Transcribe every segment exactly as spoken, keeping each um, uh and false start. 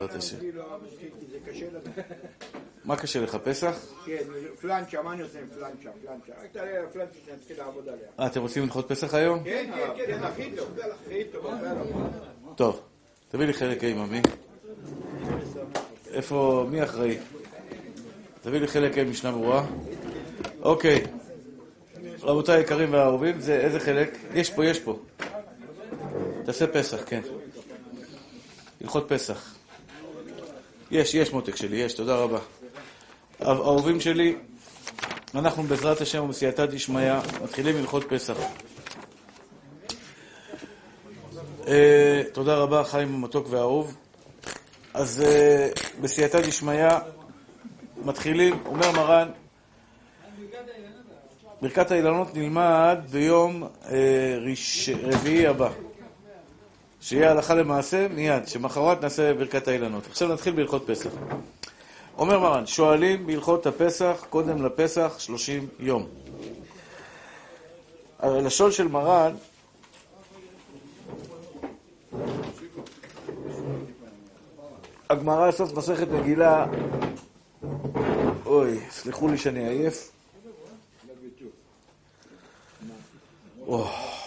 זה קשה לך. מה קשה לך? פסח? כן, פלנצ'ה, מה אני עושה עם פלנצ'ה? פלנצ'ה. רק תעלה לפלנצ'ה שנתחיל לעבוד עליה. אה, אתם רוצים לנחות פסח היום? כן, כן, כן, הכי טוב, הכי טוב. טוב, תביא לי חלק אימא, מי? איפה, מי אחראי? תביא לי חלק אימא משנה ברורה. אוקיי. רבותיי היקרים והאהובים, זה איזה חלק? יש פה, יש פה. תעשה פסח, כן. הלכות פסח. יש, יש מותק שלי, יש, תודה רבה. האהובים שלי, אנחנו בעזרת השם ובסייעתא דשמיא מתחילים הלכות פסח. אה, תודה רבה, חיים המתוק והאהוב. אז אה, בסייעתא דשמיא מתחילים, אומר מרן, ברכת האילנות נלמד ביום אה, ריש, רביעי הבא. שיהיה הלכה למעשה מיד, שמחרת נעשה ברכת האילנות. עכשיו נתחיל בהלכות פסח. אומר מרן, שואלים בהלכות הפסח, קודם לפסח שלושים יום. הלשון של מרן, הגמרא סוף מסכת מגילה, אוי, סליחו לי שאני עייף. או,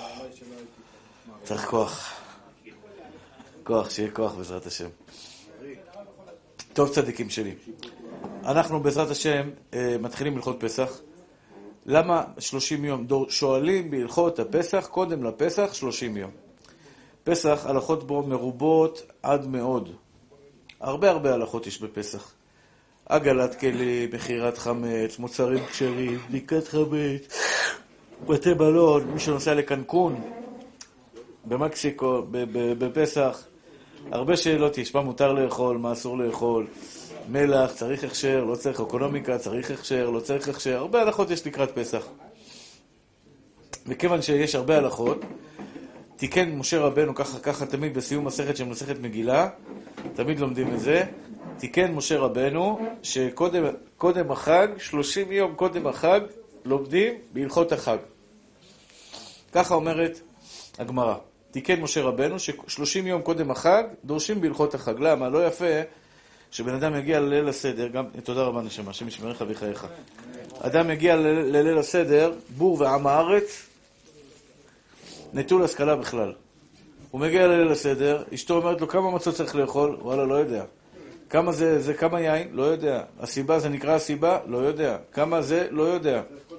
צריך כוח. כוח, שיהיה כוח בעזרת השם. טוב צדיקים שלי. אנחנו בעזרת השם מתחילים הלכות פסח. למה שלושים יום? שואלים בהלכות הפסח, קודם לפסח שלושים יום. פסח, הלכות בו מרובות עד מאוד. הרבה הרבה הלכות יש בפסח. עגלת כלים, מחירת חמץ, מוצרים כשרים, בדיקת חמץ, בתי מלון, מי שנוסע לקנקון, במקסיקו, בפסח. הרבה שאלות יש, מה מותר לאכול, מה אסור לאכול, מלח, צריך הכשר, לא צריך אקונומיקה, צריך הכשר, לא צריך הכשר, הרבה הלכות יש לקראת פסח. וכיוון שיש הרבה הלכות, תיקן משה רבנו, ככה, ככה תמיד בסיום מסכת של מסכת מגילה, תמיד לומדים את זה, תיקן משה רבנו, שקודם קודם החג, שלושים יום קודם החג, לומדים בהלכות החג. ככה אומרת הגמרא. תיקן משה רבנו ש-שלושים יום קודם החג דורשים בהלכות החג. למה? לא יפה שבן אדם יגיע לליל הסדר, גם, תודה רבה נשמה, השם ישמרך וחייך. אדם יגיע לליל הסדר, בור ועם הארץ, נטול השכלה בכלל. הוא מגיע לליל הסדר, אשתו אומרת לו כמה מצות צריך לאכול, וואלה לא יודע. כמה זה, זה כמה יין? לא יודע. הסיבה זה נקרא הסיבה? לא יודע. כמה זה? לא יודע.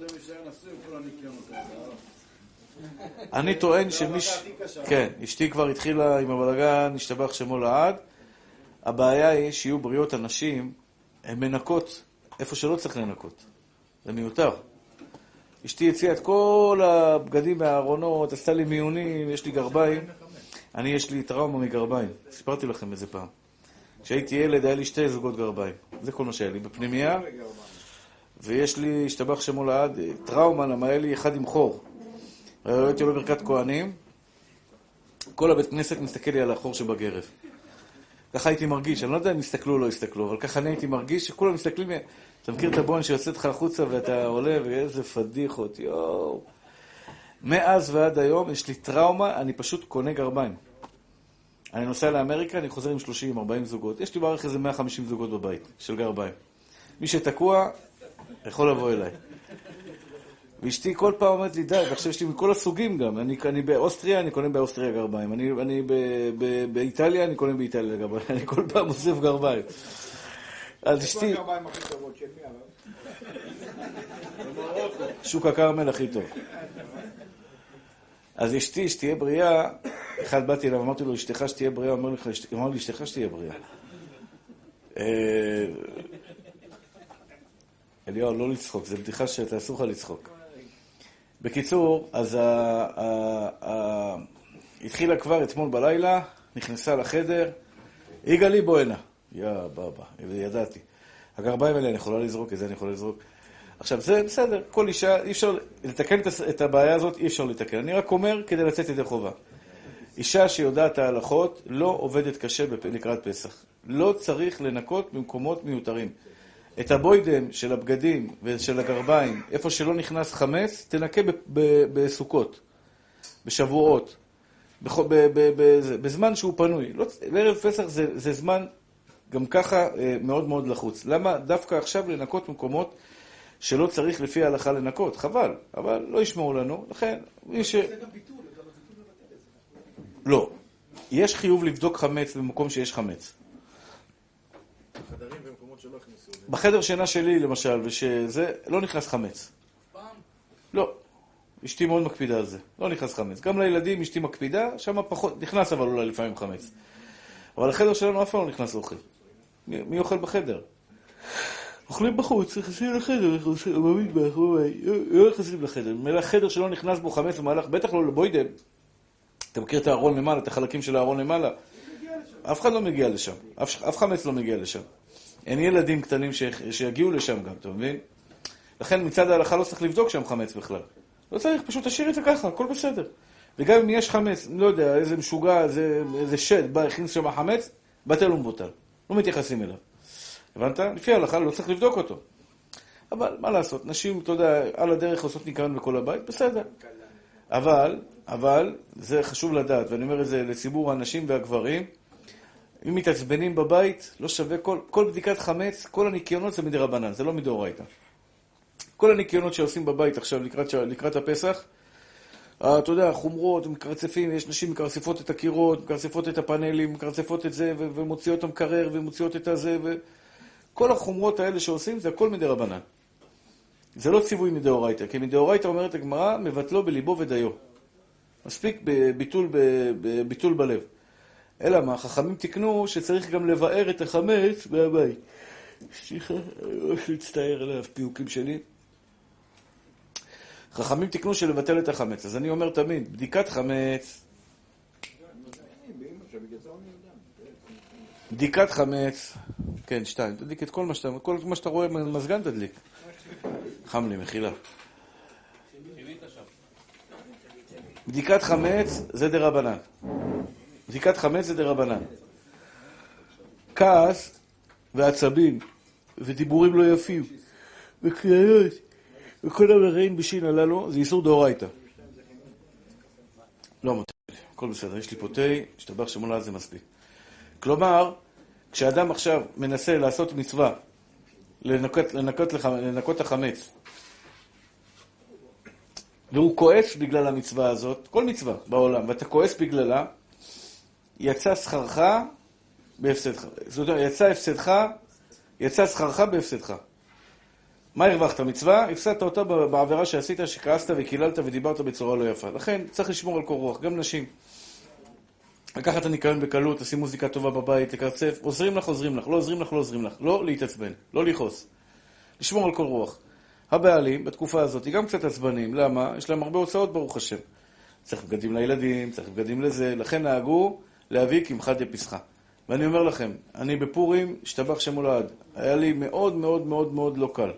אני טוען שמיש... כן, אשתי כבר התחילה עם הבלגן, נשתבח שמו לעד. הבעיה היא שיהיו בריאות אנשים, הן מנקות איפה שלא צריך לנקות. זה מיותר. אשתי הציעה את כל הבגדים מהארונות, עשתה לי מיונים, יש לי גרביים. אני, יש לי טראומה מגרביים. סיפרתי לכם איזה פעם. כשהייתי ילד, היה לי שתי זוגות גרביים. זה כל מה שהיה לי בפנימיה. ויש לי, השתבח שמו לעד, טראומה, למה היה לי אחד עם חור. ראיתי לו ברכת כהנים, כל הבית כנסת מסתכל לי על החור שבגרב. ככה הייתי מרגיש, אני לא יודע אם הסתכלו או לא הסתכלו, אבל ככה אני הייתי מרגיש שכולם מסתכלים, אתה מכיר את הבון שיוצאת לך החוצה ואתה עולה, ואיזה פדיחות, יואו. מאז ועד היום יש לי טראומה, אני פשוט קונה גרביים. אני נוסע לאמריקה, אני חוזר עם שלושים ארבעים זוגות. יש לי בערך איזה מאה וחמישים זוגות בבית של גרביים. מי שתקוע, יכול לבוא אליי. ואשתי כל פעם אומרת לי, די, ועכשיו יש לי מכל הסוגים גם. אני, אני באוסטריה, אני קונה באוסטריה גרביים. אני, אני ב, ב, באיטליה, אני קונה באיטליה גרביים. אני כל פעם אוסף גרביים. אז אשתי... איפה הגרביים הכי טובות של מי, אבל? שוק הקרמל הכי טוב. אז אשתי, שתהיה בריאה, אחד באתי אליו, אמרתי לו, אשתך שתהיה בריאה, אמר לי, אמר לי, אשתך שתהיה בריאה. אליהו, לא לצחוק, זה בדיחה שתעשו לך לצחוק. בקיצור, אז התחילה כבר אתמול בלילה, נכנסה לחדר, יגאלי בוא הנה. יא בבא, ידעתי. הגרביים האלה אני יכולה לזרוק, את זה אני יכולה לזרוק. עכשיו זה בסדר, כל אישה, אי אפשר לתקן את הבעיה הזאת, אי אפשר לתקן. אני רק אומר כדי לצאת ידי חובה. אישה שיודעת ההלכות לא עובדת קשה לקראת פסח. לא צריך לנקות במקומות מיותרים. את הבוידם של הבגדים ושל הגרביים, איפה שלא נכנס חמץ, תנקה בסוכות, בשבועות, בזמן שהוא פנוי. לערב פסח זה, זה זמן גם ככה מאוד מאוד לחוץ. למה דווקא עכשיו לנקות מקומות שלא צריך לפי ההלכה לנקות? חבל, אבל לא ישמעו לנו. לכן, מי ש... זה גם ביטול, גם הביטול לבטל את זה. לא. יש חיוב לבדוק חמץ במקום שיש חמץ. בחדרים במקומות שלא הכניסו. בחדר שינה שלי, למשל, ושזה, לא נכנס חמץ. פעם? לא. אשתי מאוד מקפידה על זה. לא נכנס חמץ. גם לילדים אשתי מקפידה, שם פחות, נכנס אבל אולי לפעמים חמץ. אבל החדר שלנו אף פעם לא נכנס אוכל. מי, מי אוכל בחדר? אוכלים בחוץ, נכנסים לחדר, במית באחורי, לא נכנסים לחדר. מלא חדר שלא נכנס בו חמץ במהלך, בטח לא לבוידם. אתה מכיר את הארון למעלה, את החלקים של הארון למעלה? אף אחד לא מגיע לשם. אף, אף חמץ לא מגיע לשם. אין ילדים קטנים ש, שיגיעו לשם גם, אתה מבין? לכן מצד ההלכה לא צריך לבדוק שם חמץ בכלל. לא צריך, פשוט תשאיר את זה ככה, הכל בסדר. וגם אם יש חמץ, לא יודע, איזה משוגע, איזה, איזה שד, בא, הכניס שם חמץ, בטל ומבוטל. לא מתייחסים אליו. הבנת? לפי ההלכה לא צריך לבדוק אותו. אבל מה לעשות? נשים, אתה יודע, על הדרך עושות ניקיון בכל הבית, בסדר. אבל, אבל, זה חשוב לדעת, ואני אומר את זה לציבור האנשים והגברים, אם מתעצבנים בבית, לא שווה כל, כל בדיקת חמץ, כל הניקיונות זה מדרבנן, זה לא מדאורייתא. כל הניקיונות שעושים בבית עכשיו לקראת, לקראת הפסח, אתה יודע, חומרות, מקרצפים, יש נשים מקרצפות את הקירות, מקרצפות את הפאנלים, מקרצפות את זה, ו- ומוציאות את המקרר, ומוציאות את הזה, וכל החומרות האלה שעושים, זה הכל מדרבנן. זה לא ציווי מדאורייתא, כי מדאורייתא אומרת הגמרא, מבטלו בליבו ודיו. מספיק בביטול, בביטול בלב. אלא מה, חכמים תקנו שצריך גם לבאר את החמץ מהבית. סליחה, לא שמצטער עליו פיוקים שלי. חכמים תקנו שלבטל את החמץ. אז אני אומר תמיד, בדיקת חמץ, בדיקת חמץ, כן, שתיים, תדליק את כל מה שאתה, כל מה שאתה רואה מזגן תדליק. חם לי, מחילה. בדיקת חמץ זה דרבנן. בדיקת חמץ זה דרבנן. כעס ועצבים ודיבורים לא יפים וקריאות וכל המראים בשין הללו זה איסור דאורייתא. לא מותר לי, הכל בסדר, יש לי פה תה, השתבח שמולה זה מספיק. כלומר, כשאדם עכשיו מנסה לעשות מצווה לנקות, לנקות, לנקות החמץ והוא כועס בגלל המצווה הזאת, כל מצווה בעולם, ואתה כועס בגללה, יצא שכרך בהפסדך. זאת אומרת, יצא הפסדך, יצא שכרך בהפסדך. מה הרווחת? מצווה? הפסדת אותה בעבירה שעשית, שכעסת וקיללת ודיברת בצורה לא יפה. לכן צריך לשמור על קור רוח, גם נשים. לקחת את הניקיון בקלות, לשים מוזיקה טובה בבית, לקרצף, עוזרים לך, עוזרים לך, לא עוזרים לך, לא עוזרים לך. לא להתעצבן, לא לכעוס. לשמור על קור רוח. הבעלים בתקופה הזאת גם קצת עצבנים. למה? יש להם הרבה הוצאות ברוך השם. צריך בגדים לילדים, צריך בגדים לזה. לכן נהגו להביא קמחא דפסחא. ואני אומר לכם, אני בפורים, השתבח שמו לעד. היה לי מאוד מאוד מאוד מאוד לא קל.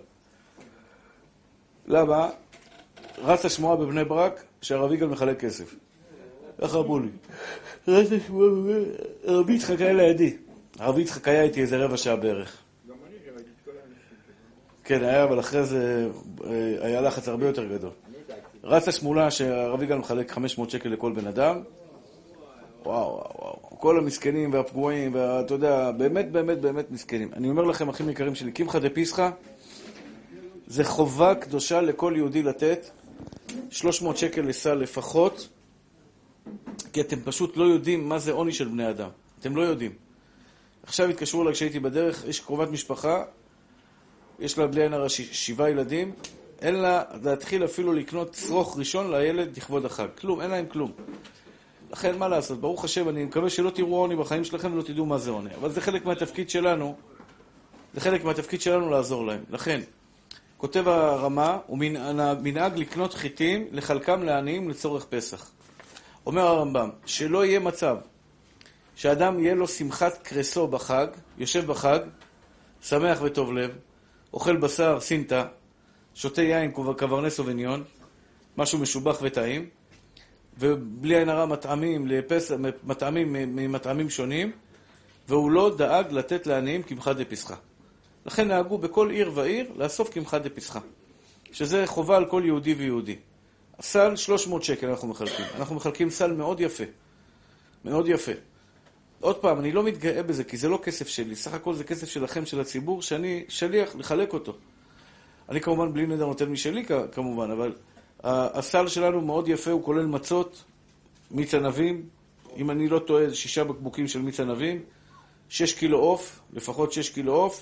למה? רץ השמועה בבני ברק שהרב יגאל מחלק כסף. ככה אמרו לי. רץ השמועה בבני ברק, הרב יצחק היה לידי. הרב יצחק היה איתי איזה רבע שעה בערך. גם אני ראיתי את כל האנשים. כן, היה, אבל אחרי זה היה לחץ הרבה יותר גדול. רץ השמועה שהרב יגאל מחלק חמש מאות שקל לכל בן אדם. וואו, וואו, וואו. כל המסכנים והפגועים, ואתה יודע, באמת, באמת, באמת מסכנים. אני אומר לכם, אחים יקרים שלי, קמחא דפסחא, זה חובה קדושה לכל יהודי לתת שלוש מאות שקל לסל לפחות, כי אתם פשוט לא יודעים מה זה עוני של בני אדם. אתם לא יודעים. עכשיו התקשרו אליי כשהייתי בדרך, יש קרובת משפחה, יש לה בלי עין הרע שבעה ילדים, אין לה להתחיל אפילו לקנות צרוך ראשון לילד לכבוד החג. כלום, אין להם כלום. לכן מה לעשות? ברוך השם, אני מקווה שלא תראו עוני בחיים שלכם ולא תדעו מה זה עוני. אבל זה חלק מהתפקיד שלנו, זה חלק מהתפקיד שלנו לעזור להם. לכן, כותב הרמה, הוא מנהג לקנות חיטים לחלקם לעניים לצורך פסח. אומר הרמב"ם, שלא יהיה מצב שאדם יהיה לו שמחת קרסו בחג, יושב בחג, שמח וטוב לב, אוכל בשר, סינטה, שותה יין קברנס סוביניון, משהו משובח וטעים, ובלי עין הרע מטעמים לפסח, מטעמים ממטעמים שונים, והוא לא דאג לתת לעניים קמחא דפסחא. לכן נהגו בכל עיר ועיר לאסוף קמחא דפסחא, שזה חובה על כל יהודי ויהודי. הסל שלוש מאות שקל אנחנו מחלקים. אנחנו מחלקים סל מאוד יפה. מאוד יפה. עוד פעם, אני לא מתגאה בזה, כי זה לא כסף שלי. סך הכל זה כסף שלכם, של הציבור, שאני שליח לחלק אותו. אני כמובן בלי נדר נותן משלי כמובן, אבל הסל שלנו מאוד יפה, הוא כולל מצות, מיץ ענבים, אם אני לא טועה, שישה בקבוקים של מיץ ענבים, שש קילו עוף, לפחות שש קילו עוף,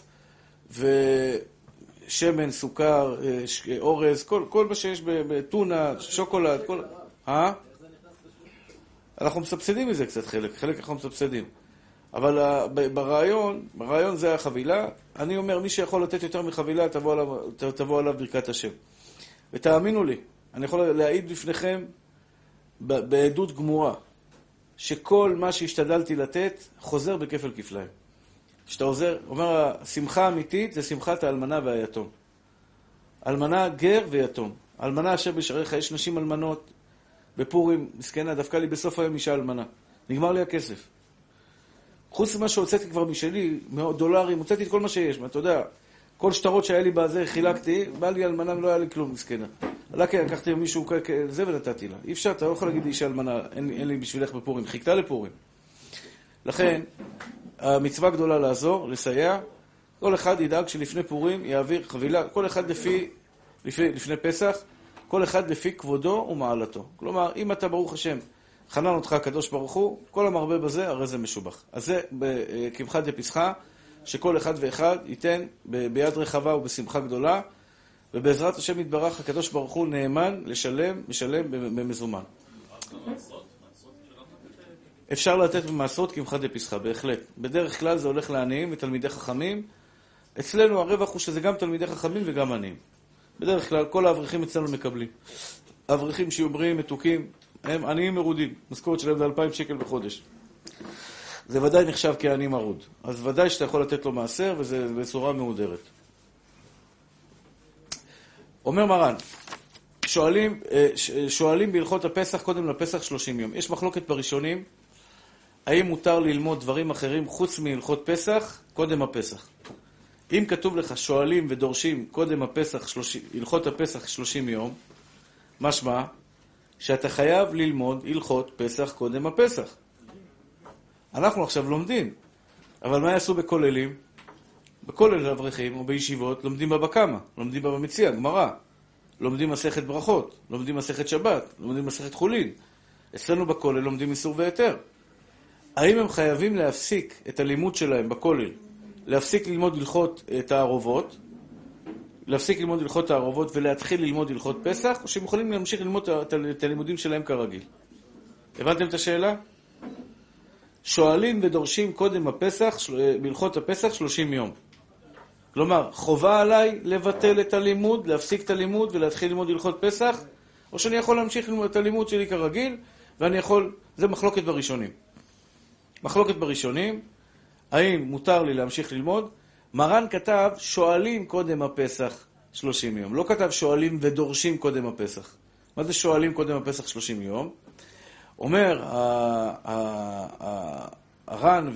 ושמן, סוכר, אורז, כל, כל מה שיש בטונה, שוקולד, כל... אה? אנחנו מסבסדים מזה קצת חלק, חלק אנחנו מסבסדים. אבל ברעיון, ברעיון זה החבילה. אני אומר, מי שיכול לתת יותר מחבילה, תבוא עליו, תבוא עליו ברכת השם. ותאמינו לי, אני יכול להעיד בפניכם בעדות גמורה, שכל מה שהשתדלתי לתת חוזר בכפל כפליים. שאתה עוזר, אומר, השמחה האמיתית זה שמחת האלמנה והיתום. אלמנה, גר ויתום. אלמנה אשר בשעריך, יש נשים אלמנות בפורים, מסכנה, דווקא לי בסוף היום אישה אלמנה. נגמר לי הכסף. חוץ ממה שהוצאתי כבר משלי, מאות דולרים, הוצאתי את כל מה שיש. אתה יודע, כל שטרות שהיה לי בזה, חילקתי, בא לי אלמנה, לא היה לי כלום, מסכנה. עלה כן, לקחתי מישהו כזה ונתתי לה. אי אפשר, אתה לא יכול להגיד לי אישה אלמנה, אין, אין לי בשבילך בפורים. חיכתה לפורים. לכן, המצווה גדולה לעזור, לסייע. כל אחד ידאג שלפני פורים יעביר חבילה, כל אחד לפי, לפני, לפני פסח, כל אחד לפי כבודו ומעלתו. כלומר, אם אתה ברוך השם, חנן אותך הקדוש ברוך הוא, כל המרבה בזה, הרי זה משובח. אז זה בקמחא דפסחא, שכל אחד ואחד ייתן ביד רחבה ובשמחה גדולה, ובעזרת השם יתברך, הקדוש ברוך הוא נאמן לשלם, משלם במזומן. אפשר לתת במעשרות קמחא דפסחא, בהחלט. בדרך כלל זה הולך לעניים ותלמידי חכמים. אצלנו הרווח הוא שזה גם תלמידי חכמים וגם עניים. בדרך כלל כל האברכים אצלנו מקבלים. האברכים שיהיו בריאים, מתוקים, הם עניים מרודים. משכורת שלהם זה אלפיים שקל בחודש. זה ודאי נחשב כעני מרוד. אז ודאי שאתה יכול לתת לו מעשר, וזה בצורה מהודרת. אומר מרן, שואלים, שואלים בהלכות הפסח קודם לפסח שלושים יום. יש מחלוקת בראשונים, האם מותר ללמוד דברים אחרים חוץ מהלכות פסח קודם הפסח. אם כתוב לך שואלים ודורשים קודם הפסח, הלכות הפסח שלושים יום, משמע שאתה חייב ללמוד הלכות פסח קודם הפסח. אנחנו עכשיו לומדים, אבל מה יעשו בכוללים? בכולל אברכים או בישיבות לומדים בבא קמא, לומדים בבא מציעא, גמרא, לומדים מסכת ברכות, לומדים מסכת שבת, לומדים מסכת חולין. אצלנו בכולל לומדים איסור והיתר. האם הם חייבים להפסיק את הלימוד שלהם בכולל, להפסיק ללמוד הלכות תערובות, להפסיק ללמוד הלכות תערובות ולהתחיל ללמוד הלכות פסח, או שהם יכולים להמשיך ללמוד את הלימודים שלהם כרגיל? הבנתם את השאלה? שואלים ודורשים קודם הפסח, בהלכות הפסח שלושים יום. כלומר, חובה עליי לבטל את הלימוד, להפסיק את הלימוד ולהתחיל ללמוד הלכות פסח, או שאני יכול להמשיך ללמוד את הלימוד שלי כרגיל, ואני יכול, זה מחלוקת בראשונים. מחלוקת בראשונים, האם מותר לי להמשיך ללמוד? מרן כתב, שואלים קודם הפסח שלושים יום. לא כתב שואלים ודורשים קודם הפסח. מה זה שואלים קודם הפסח שלושים יום? אומר הר"ן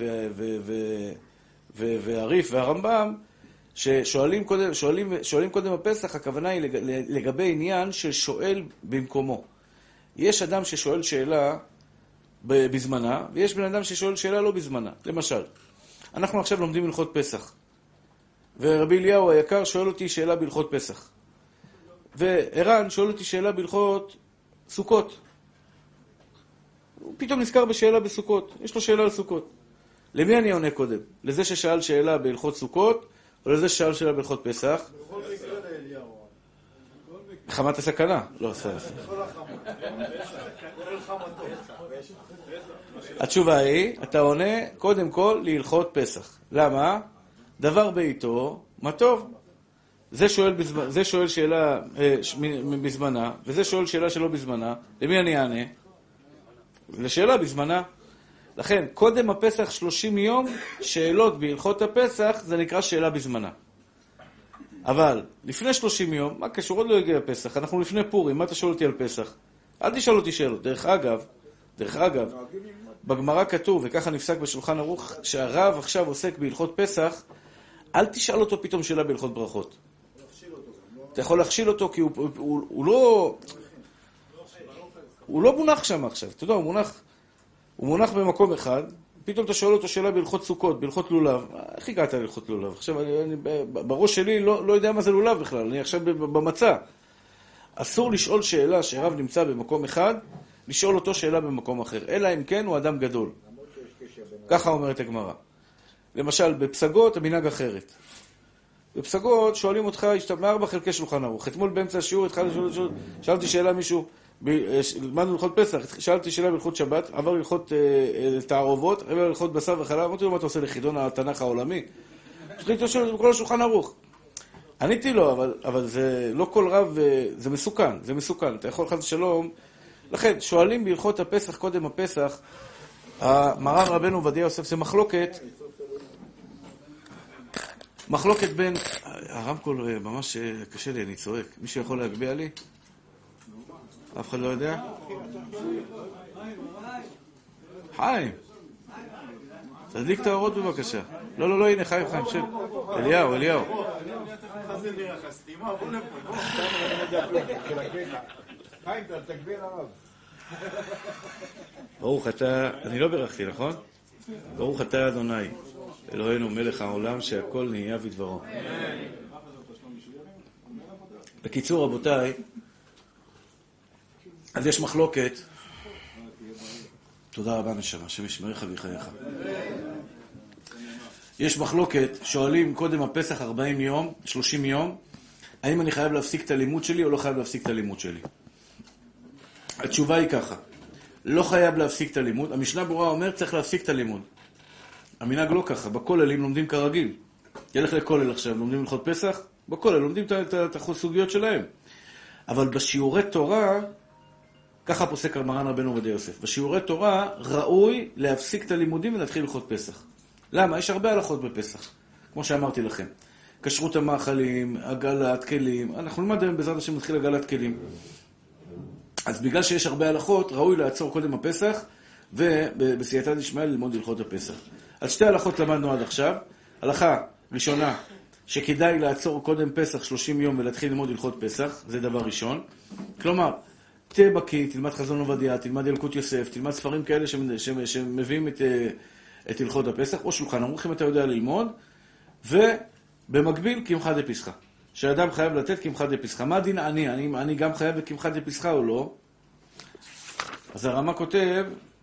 והריף והרמב"ם, ששואלים קודם, שואלים, שואלים קודם הפסח, הכוונה היא לגבי עניין של שואל במקומו. יש אדם ששואל שאלה בזמנה, ויש בן אדם ששואל שאלה לא בזמנה. למשל, אנחנו עכשיו לומדים הלכות פסח, ורבי אליהו היקר שואל אותי שאלה בהלכות פסח, וערן שואל אותי שאלה בהלכות סוכות. הוא פתאום נזכר בשאלה בסוכות, יש לו שאלה על סוכות. למי אני עונה קודם? לזה ששאל שאלה בהלכות סוכות, או לזה ששאל שאלה בהלכות פסח? בכל מקרה לאליהו. חמת הסכנה? לא, סתם. בכל החמת. בכל חמתו. התשובה היא, אתה עונה קודם כל להלכות פסח. למה? דבר בעיתו, מה טוב. זה שואל, בזמנה, זה שואל שאלה אה, בזמנה, וזה שואל שאלה שלא בזמנה. למי אני אענה? לשאלה בזמנה. לכן, קודם הפסח שלושים יום, שאלות בהלכות הפסח, זה נקרא שאלה בזמנה. אבל, לפני שלושים יום, מה קשור? עוד לא הגיע הפסח, אנחנו לפני פורים, מה אתה שואל אותי על פסח? אל תשאל אותי שאלות. דרך אגב, דרך אגב, בגמרא כתוב, וככה נפסק בשולחן ערוך, שהרב עכשיו עוסק בהלכות פסח, אל תשאל אותו פתאום שאלה בהלכות ברכות. אתה יכול להכשיל אותו, כי הוא, הוא, הוא, הוא לא... הוא לא מונח שם עכשיו, אתה יודע, הוא מונח, הוא מונח במקום אחד, פתאום אתה שואל אותו שאלה בהלכות סוכות, בהלכות לולב. איך הגעת להלכות לולב? עכשיו, אני, אני, בראש שלי לא, לא יודע מה זה לולב בכלל, אני עכשיו במצע. אסור לשאול שאלה שרב נמצא במקום אחד, לשאול אותו שאלה במקום אחר. אלא אם כן הוא אדם גדול. ככה אומרת הגמרא. למשל, בפסגות המנהג אחרת. בפסגות שואלים אותך, מארבע חלקי שולחן ערוך. אתמול באמצע השיעור התחלתי לשאול, שואל, שאלתי שאלה מישהו, למדנו הלכות פסח, שאלתי שאלה בהלכות שבת, עבר הלכות אה, תערובות, עבר הלכות בשר וחלב, אמרתי לו, מה אתה עושה לחידון התנ"ך העולמי? שחליתי לשאול בכל השולחן ערוך. עניתי לו, אבל, אבל זה לא כל רב, זה מסוכן, זה מסוכן. אתה יכול חס ושלום. לכן, שואלים בהלכות הפסח, קודם הפסח, מרן רבנו עובדיה יוסף, זה מחלוקת, מחלוקת בין, הרמקול ממש קשה לי, אני צועק. מישהו יכול להגביה לי? אף אחד לא יודע? חיים. תדליק את האורות בבקשה. לא, לא, לא, הנה, חיים, חיים, של. אליהו, אליהו. חיים, תגביר הרב. ברוך אתה, אני לא ברכתי, נכון? ברוך אתה אדוני, אלוהינו מלך העולם שהכל נהיה בדברו. בקיצור, רבותיי, אז יש מחלוקת. תודה רבה נשמה, שמשמריך ויחייך. יש מחלוקת, שואלים קודם הפסח ארבעים יום, שלושים יום, האם אני חייב להפסיק את הלימוד שלי או לא חייב להפסיק את הלימוד שלי? התשובה היא ככה, לא חייב להפסיק את הלימוד. המשנה ברורה אומר צריך להפסיק את הלימוד. המנהג לא ככה, בכוללים לומדים כרגיל. ילך לכולל עכשיו, לומדים הלכות פסח, בכולל לומדים את הסוגיות שלהם. אבל בשיעורי תורה, ככה פוסק מרן רבנו עובדיה יוסף, בשיעורי תורה ראוי להפסיק את הלימודים ולהתחיל הלכות פסח. למה? יש הרבה הלכות בפסח, כמו שאמרתי לכם. כשרות המאכלים, עגלת כלים, אנחנו נלמד היום בעזרת השם נתחיל עגלת כלים. אז בגלל שיש הרבה הלכות, ראוי לעצור קודם הפסח, ובסייעתא דשמיא ללמוד הלכות הפסח. אז שתי הלכות למדנו עד עכשיו. הלכה ראשונה, שכדאי לעצור קודם פסח שלושים יום ולהתחיל ללמוד הלכות פסח, זה דבר ראשון. כלומר, תהיה בקיא, תלמד חזון עובדיה, תלמד ילקוט יוסף, תלמד ספרים כאלה שמביאים את, את הלכות הפסח, או שולחן ערוך אם אתה יודע ללמוד, ובמקביל קמחא דפסחא. שאדם חייב לתת קמחא דפסחא. מה דין אני? אני, אני גם חייב בקמחא דפסחא או לא? אז הרמ"א כותב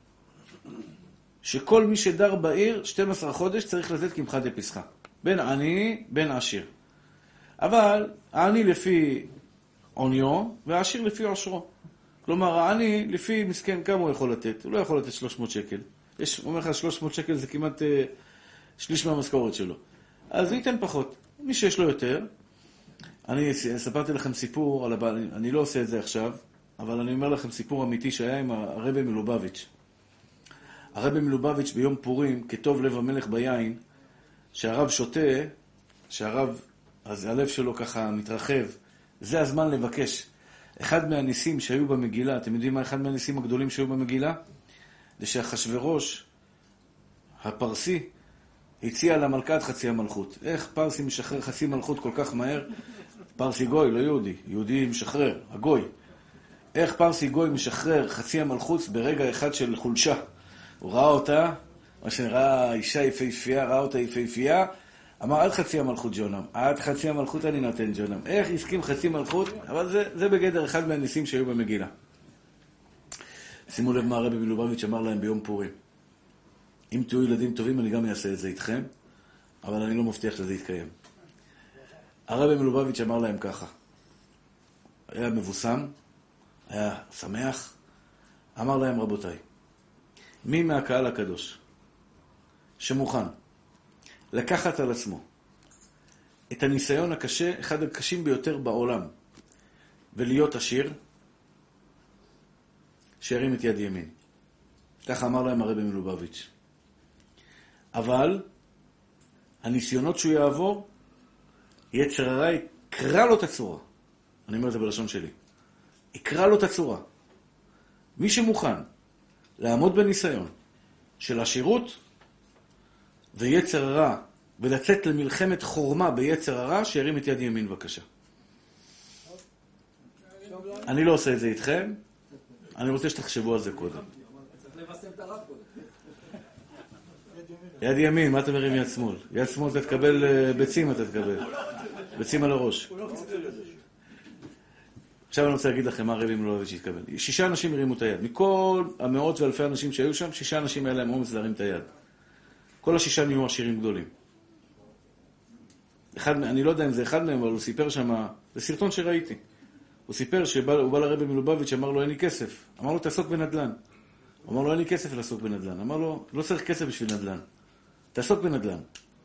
שכל מי שדר בעיר שנים עשר חודש צריך לתת קמחא דפסחא. בין עני, בין עשיר. אבל העני לפי עוניו והעשיר לפי עושרו. כלומר, העני לפי מסכן כמה הוא יכול לתת? הוא לא יכול לתת שלוש מאות שקל. יש, אומר לך שלוש מאות שקל זה כמעט אה, שליש מהמשכורת שלו. אז הוא ייתן פחות. מי שיש לו יותר, אני ספרתי לכם סיפור על הבעל, אני לא עושה את זה עכשיו, אבל אני אומר לכם סיפור אמיתי שהיה עם הרבי מלובביץ'. הרבי מלובביץ' ביום פורים, כטוב לב המלך ביין, שהרב שותה, שהרב, אז הלב שלו ככה מתרחב, זה הזמן לבקש. אחד מהניסים שהיו במגילה, אתם יודעים מה אחד מהניסים הגדולים שהיו במגילה? זה שהחשברוש, הפרסי, הציע למלכת חצי המלכות. איך פרסי משחרר חצי מלכות כל כך מהר? פרסי גוי, לא יהודי. יהודי משחרר, הגוי. איך פרסי גוי משחרר חצי המלכות ברגע אחד של חולשה? הוא ראה אותה, מה שנראה אישה יפהפייה, ראה אותה יפהפייה, אמר עד חצי המלכות ג'ונם, עד חצי המלכות אני נותן ג'ונם. איך הסכים חצי מלכות? אבל זה, זה בגדר אחד מהניסים שהיו במגילה. שימו לב מה הרבי מלובביץ' אמר להם ביום פורים. אם תהיו ילדים טובים אני גם אעשה את זה איתכם, אבל אני לא מבטיח שזה יתקיים. הרבי מלובביץ' אמר להם ככה, היה מבוסם, היה שמח, אמר להם רבותיי, מי מהקהל הקדוש שמוכן לקחת על עצמו את הניסיון הקשה, אחד הקשים ביותר בעולם, ולהיות עשיר, שירים את יד ימין. ככה אמר להם הרבי מלובביץ'. אבל הניסיונות שהוא יעבור, יצר הרע יקרא לו את הצורה. אני אומר את זה בלשון שלי. יקרא לו את הצורה. מי שמוכן לעמוד בניסיון של עשירות ויצר הרע, ולצאת למלחמת חורמה ביצר הרע, שירים את יד ימין בבקשה. אני לא עושה את זה איתכם, אני רוצה שתחשבו על זה קודם. צריך לבשם את הרב קודם. יד ימין, מה אתה מרים יד שמאל? יד שמאל אתה תקבל ביצים, אתה תקבל. ביצים על הראש. עכשיו אני רוצה להגיד לכם מה הרבי מלובביץ' התקבל. שישה אנשים הרימו את היד. מכל המאות ואלפי אנשים שהיו שם, שישה אנשים היה להם אומץ להרים את היד. כל השישה נהיו עשירים גדולים. אחד, אני לא יודע אם זה אחד מהם, אבל הוא סיפר שם, זה סרטון שראיתי. הוא סיפר שהוא בא לרבי מלובביץ', אמר לו אין לי כסף. אמר לו תעסוק בנדל"ן. הוא אמר לו אין לי כסף לעסוק בנדל"ן. אמר לו לא צריך כסף בשביל נדל"ן. תעסוק בנדל"ן.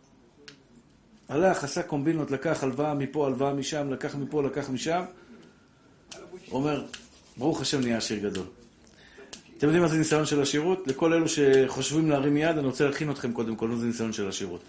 הלך, עשה קומבינות, לקח הלוואה מפה, הלוואה משם, לקח מפה, לקח משם. הוא אומר, ברוך השם נהיה עשיר גדול. אתם יודעים מה זה ניסיון של השירות? לכל אלו שחושבים להרים יד, אני רוצה להכין אתכם קודם כל, מה זה ניסיון של השירות.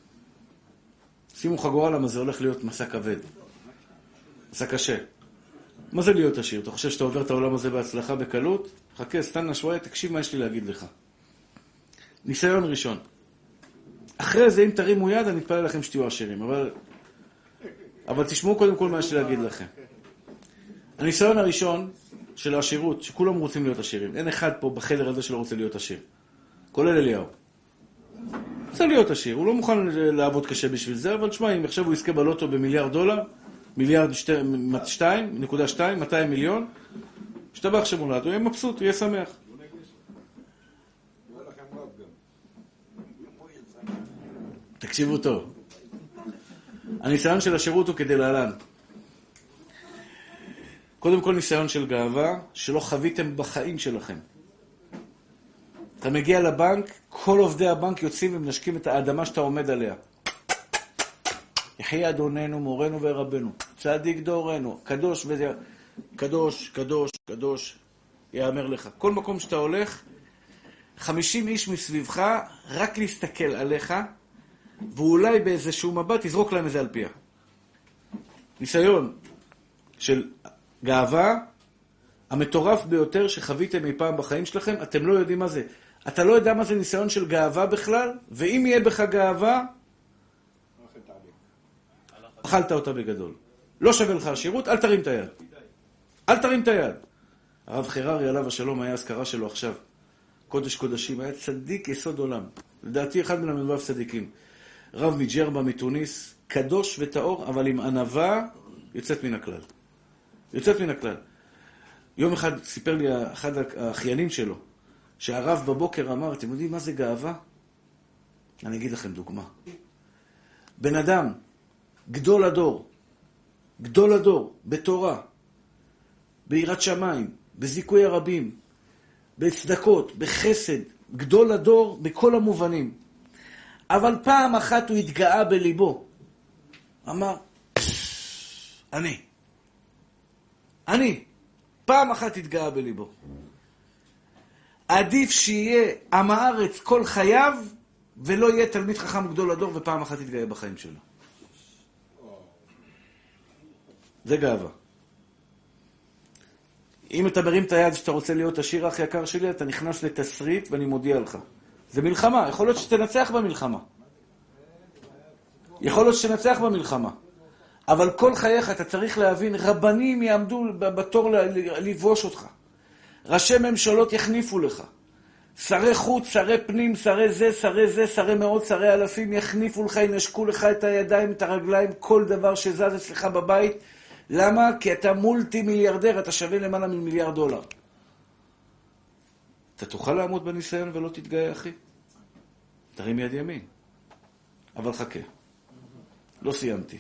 שימו חגורה למה זה הולך להיות מסע כבד. מסע קשה. מה זה להיות עשיר? אתה חושב שאתה עובר את העולם הזה בהצלחה, בקלות? חכה, סתן נשוואי, תקשיב מה יש לי להגיד לך. ניסיון ראשון. אחרי זה, אם תרימו יד, אני אתפלל לכם שתהיו עשירים. אבל, אבל תשמעו קודם כל מה יש לי להגיד לכם. הניסיון הראשון של העשירות, שכולם רוצים להיות עשירים. אין אחד פה בחדר הזה שלא רוצה להיות עשיר. כולל אליהו. רוצה להיות עשיר. הוא לא מוכן לעבוד קשה בשביל זה, אבל תשמע, אם עכשיו הוא יזכה בלוטו במיליארד דולר, מיליארד שתיים, נקודה שתיים, מאתיים מיליון, שתבח שמולד, הוא יהיה מבסוט, הוא יהיה שמח. תקשיבו טוב. הניסיון של השירות הוא כדי להלן. קודם כל ניסיון של גאווה שלא חוויתם בחיים שלכם. אתה מגיע לבנק, כל עובדי הבנק יוצאים ומנשקים את האדמה שאתה עומד עליה. יחי אדוננו, מורנו ורבנו, צדיק דורנו, קדוש וזה... קדוש, קדוש, קדוש, יאמר לך. כל מקום שאתה הולך, חמישים איש מסביבך, רק להסתכל עליך, ואולי באיזשהו מבט יזרוק להם איזה על פיה. ניסיון של גאווה, המטורף ביותר שחוויתם אי פעם בחיים שלכם, אתם לא יודעים מה זה. אתה לא יודע מה זה ניסיון של גאווה בכלל, ואם יהיה בך גאווה, אכלת אותה בגדול. לא שווה לך השירות, אל תרים את היד. אל תרים את היד. הרב חררי עליו השלום היה הזכרה שלו עכשיו. קודש קודשים, היה צדיק יסוד עולם. לדעתי אחד מן המדובב צדיקים. רב מג'רבה מתוניס, קדוש וטהור, אבל עם ענווה יוצאת מן הכלל. יוצאת מן הכלל. יום אחד סיפר לי אחד האחיינים שלו, שהרב בבוקר אמר, אתם יודעים מה זה גאווה? אני אגיד לכם דוגמה. בן אדם, גדול הדור, גדול הדור, בתורה, ביראת שמיים, בזיכוי הרבים, בצדקות, בחסד, גדול הדור בכל המובנים. אבל פעם אחת הוא התגאה בליבו. אמר, אני. אני. פעם אחת התגאה בליבו. עדיף שיהיה עם הארץ כל חייו, ולא יהיה תלמיד חכם גדול הדור, ופעם אחת יתגאה בחיים שלו. זה גאווה. אם אתה מרים את היד שאתה רוצה להיות השיר הכי יקר שלי, אתה נכנס לתסריט ואני מודיע לך. זה מלחמה, יכול להיות שתנצח במלחמה. יכול להיות שתנצח במלחמה. אבל כל חייך אתה צריך להבין, רבנים יעמדו בתור לבוש אותך. ראשי ממשלות יחניפו לך. שרי חוץ, שרי פנים, שרי זה, שרי זה, שרי מאות, שרי אלפים יחניפו לך, ינשקו לך את הידיים, את הרגליים, כל דבר שזז אצלך בבית. למה? כי אתה מולטי מיליארדר, אתה שווה למעלה ממיליארד דולר. אתה תוכל לעמוד בניסיון ולא תתגאה, אחי? תרים יד ימין. אבל חכה. לא סיימתי.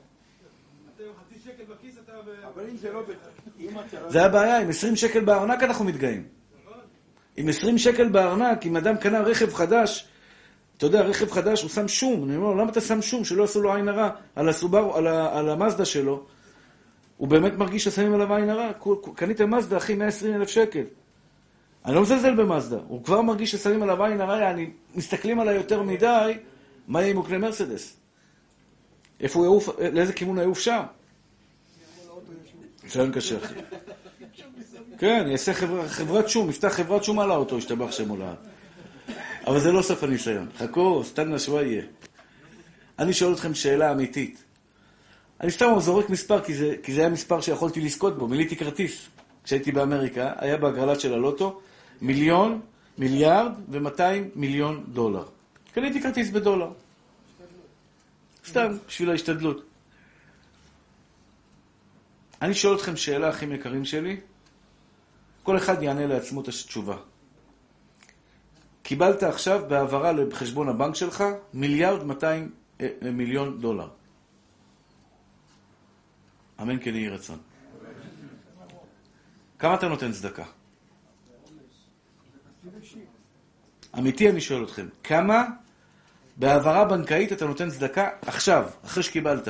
אבל אם זה לא... זה הבעיה, עם עשרים שקל בארנק אנחנו מתגאים. עם עשרים שקל בארנק, אם אדם קנה רכב חדש, אתה יודע, רכב חדש, הוא שם שום. אני אומר, למה אתה שם שום? שלא עשו לו עין הרע על הסובר, על, ה, על המזדה שלו. הוא באמת מרגיש ששמים עליו עין הרע. קנית מזדה, אחי, מאה ועשרים אלף שקל. אני לא מזלזל במזדה. הוא כבר מרגיש ששמים עליו עין הרע, אני מסתכלים עליי יותר מדי, מה יהיה אם הוא קנה מרסדס? איפה הוא יעוף, לאיזה כיוון הוא יעוף שם? ניסיון קשה, אחי. כן, יעשה חברה, חברת שום, יפתח חברת שום על האוטו, ישתבח שם עולה. אבל זה לא סוף הניסיון. חכו, סתן נשוואיה. אני שואל אתכם שאלה אמיתית. אני סתם זורק מספר, כי זה, כי זה היה מספר שיכולתי לזכות בו. מיליתי כרטיס. כשהייתי באמריקה, היה בהגרלת של הלוטו, מיליון, מיליארד ומאתיים מיליון דולר. קניתי כרטיס בדולר. סתם, בשביל ההשתדלות. אני שואל אתכם שאלה, אחים יקרים שלי. כל אחד יענה לעצמו את התשובה. קיבלת עכשיו בהעברה לחשבון הבנק שלך מיליארד מאתיים מיליון דולר. אמן כן יהי רצון. כמה אתה נותן צדקה? אמיתי אני שואל אתכם. כמה בהעברה בנקאית אתה נותן צדקה עכשיו, אחרי שקיבלת?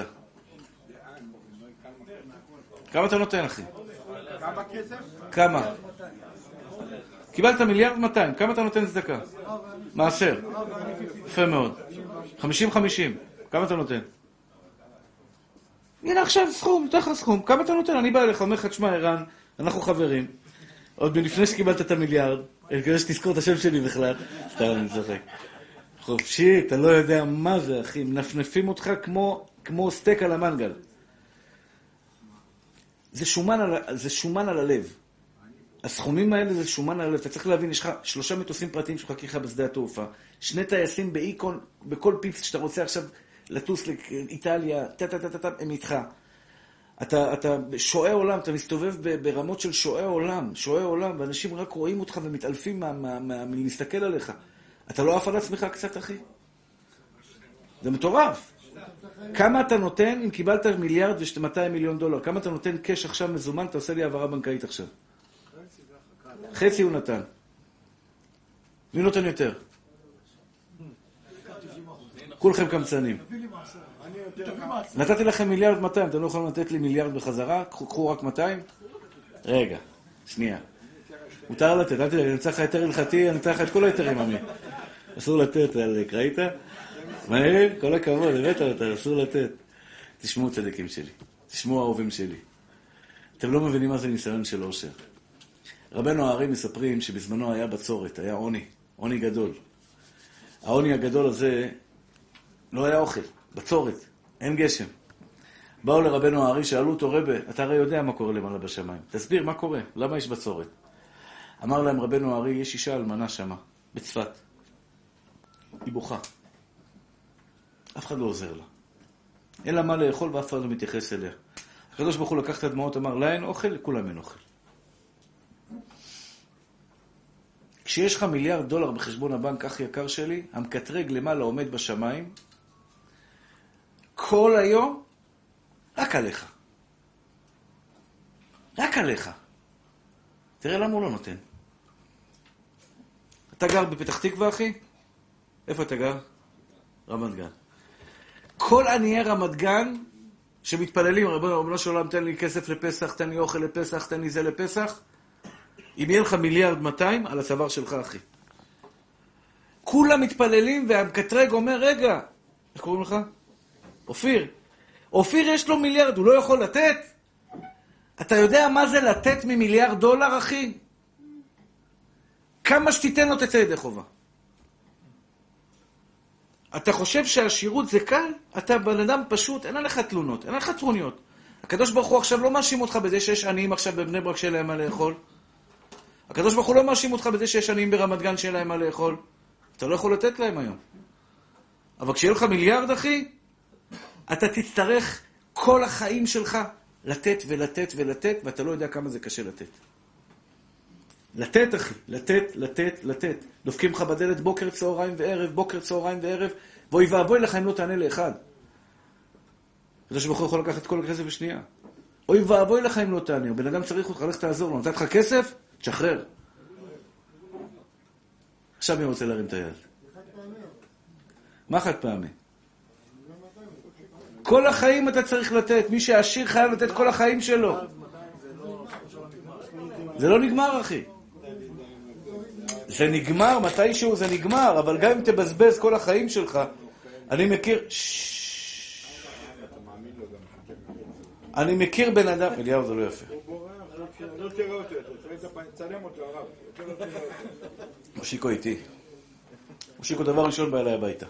כמה אתה נותן, אחי? כמה כסף? כמה? קיבלת מיליארד מאתיים, כמה אתה נותן צדקה? מעשר. יפה מאוד. חמישים חמישים. כמה אתה נותן? הנה עכשיו סכום, נותן לך סכום. כמה אתה נותן? אני בא אליך, אומר לך, תשמע, ערן, אנחנו חברים. עוד מלפני שקיבלת את המיליארד, כדי שתזכור את השם שלי בכלל. סתם, אני צוחק. חופשי, אתה לא יודע מה זה, אחי. מנפנפים אותך כמו, כמו סטייק על המנגל. זה שומן על, זה שומן על הלב. הסכומים האלה זה שומן על הלב. אתה צריך להבין, יש לך שלושה מטוסים פרטיים שמחכים לך בשדה התעופה. שני טייסים באיקון, בכל פיפס שאתה רוצה עכשיו לטוס לאיטליה, טה-טה-טה-טה, הם איתך. אתה, אתה שועי עולם, אתה מסתובב ברמות של שועי עולם, שועי עולם, ואנשים רק רואים אותך ומתעלפים מה, מה, מה, מלהסתכל עליך. אתה לא עף על עצמך קצת, אחי? זה מטורף. כמה אתה נותן, אם קיבלת מיליארד ו-מאתיים מיליון דולר, כמה אתה נותן קש עכשיו מזומן, אתה עושה לי העברה בנקאית עכשיו? חצי הוא נתן. מי נותן יותר? כולכם קמצנים. נתתי לכם מיליארד מאתיים, אתם לא יכולים לתת לי מיליארד בחזרה? קחו רק מאתיים? רגע, שנייה. מותר לתת, אל תדע, אני נצטרך לך יותר הלכתי, אני נצטרך לך את כל היתרים, עמי. אסור לתת, אלק, ראית? מהר, כל הכבוד, הבאת אותה, אסור לתת. תשמעו צדיקים שלי, תשמעו אהובים שלי. אתם לא מבינים מה זה ניסיון של עושר. רבנו הארי מספרים שבזמנו היה בצורת, היה עוני, עוני גדול. העוני הגדול הזה לא היה אוכל, בצורת, אין גשם. באו לרבנו הארי, שאלו אותו, רבי, אתה הרי יודע מה קורה למעלה בשמיים. תסביר, מה קורה? למה יש בצורת? אמר להם רבנו הארי, יש אישה אלמנה שמה, בצפת. היא בוכה. אף אחד לא עוזר לה. אין לה מה לאכול ואף אחד לא מתייחס אליה. הקדוש ברוך הוא לקח את הדמעות, אמר, לה אין אוכל, לכולם אין אוכל. כשיש לך מיליארד דולר בחשבון הבנק, אח יקר שלי, המקטרג למעלה עומד בשמיים, כל היום, רק עליך. רק עליך. תראה למה הוא לא נותן. אתה גר בפתח תקווה, אחי? איפה אתה גר? רמת גן. כל עניי רמת גן שמתפללים, רבנו של עולם, תן לי כסף לפסח, תן לי אוכל לפסח, תן לי זה לפסח, אם יהיה לך מיליארד מאתיים, על הצוואר שלך, אחי. כולם מתפללים, והמקטרג אומר, רגע, איך קוראים לך? אופיר. אופיר יש לו מיליארד, הוא לא יכול לתת? אתה יודע מה זה לתת ממיליארד דולר, אחי? כמה שתיתן לו תצא ידי חובה. אתה חושב שהשירות זה קל? אתה בן אדם פשוט, אין עליך תלונות, אין עליך טרוניות. הקדוש ברוך הוא עכשיו לא מאשים אותך בזה שיש עניים עכשיו בבני ברק שאין להם מה לאכול. הקדוש ברוך הוא לא מאשים אותך בזה שיש עניים ברמת גן שאין להם מה לאכול. אתה לא יכול לתת להם היום. אבל כשיהיה לך מיליארד, אחי, אתה תצטרך כל החיים שלך לתת ולתת ולתת, ואתה לא יודע כמה זה קשה לתת. לתת, אחי, לתת, לתת, לתת. דופקים לך בדלת בוקר, צהריים וערב, בוקר, צהריים וערב, ואוי ואבוי לך אם לא תענה לאחד. הקדוש ברוך הוא יכול לקחת כל הכסף בשנייה. אוי ואבוי לך אם לא תענה. בן אדם צריך אותך, לך תעזור לו. נתת לך כסף? תשחרר. עכשיו מי רוצה להרים את היד? מה חד פעמי? כל החיים אתה צריך לתת. מי שעשיר חייב לתת כל החיים שלו. זה לא נגמר, אחי. זה נגמר, מתישהו זה נגמר, אבל גם אם תבזבז כל החיים שלך, אני מכיר... אני מכיר בן אדם... אליהו, זה לא יפה. לא תראה אותו, תצלם אותו, הרב. מושיקו איתי. מושיקו דבר ראשון בא אליי הביתה.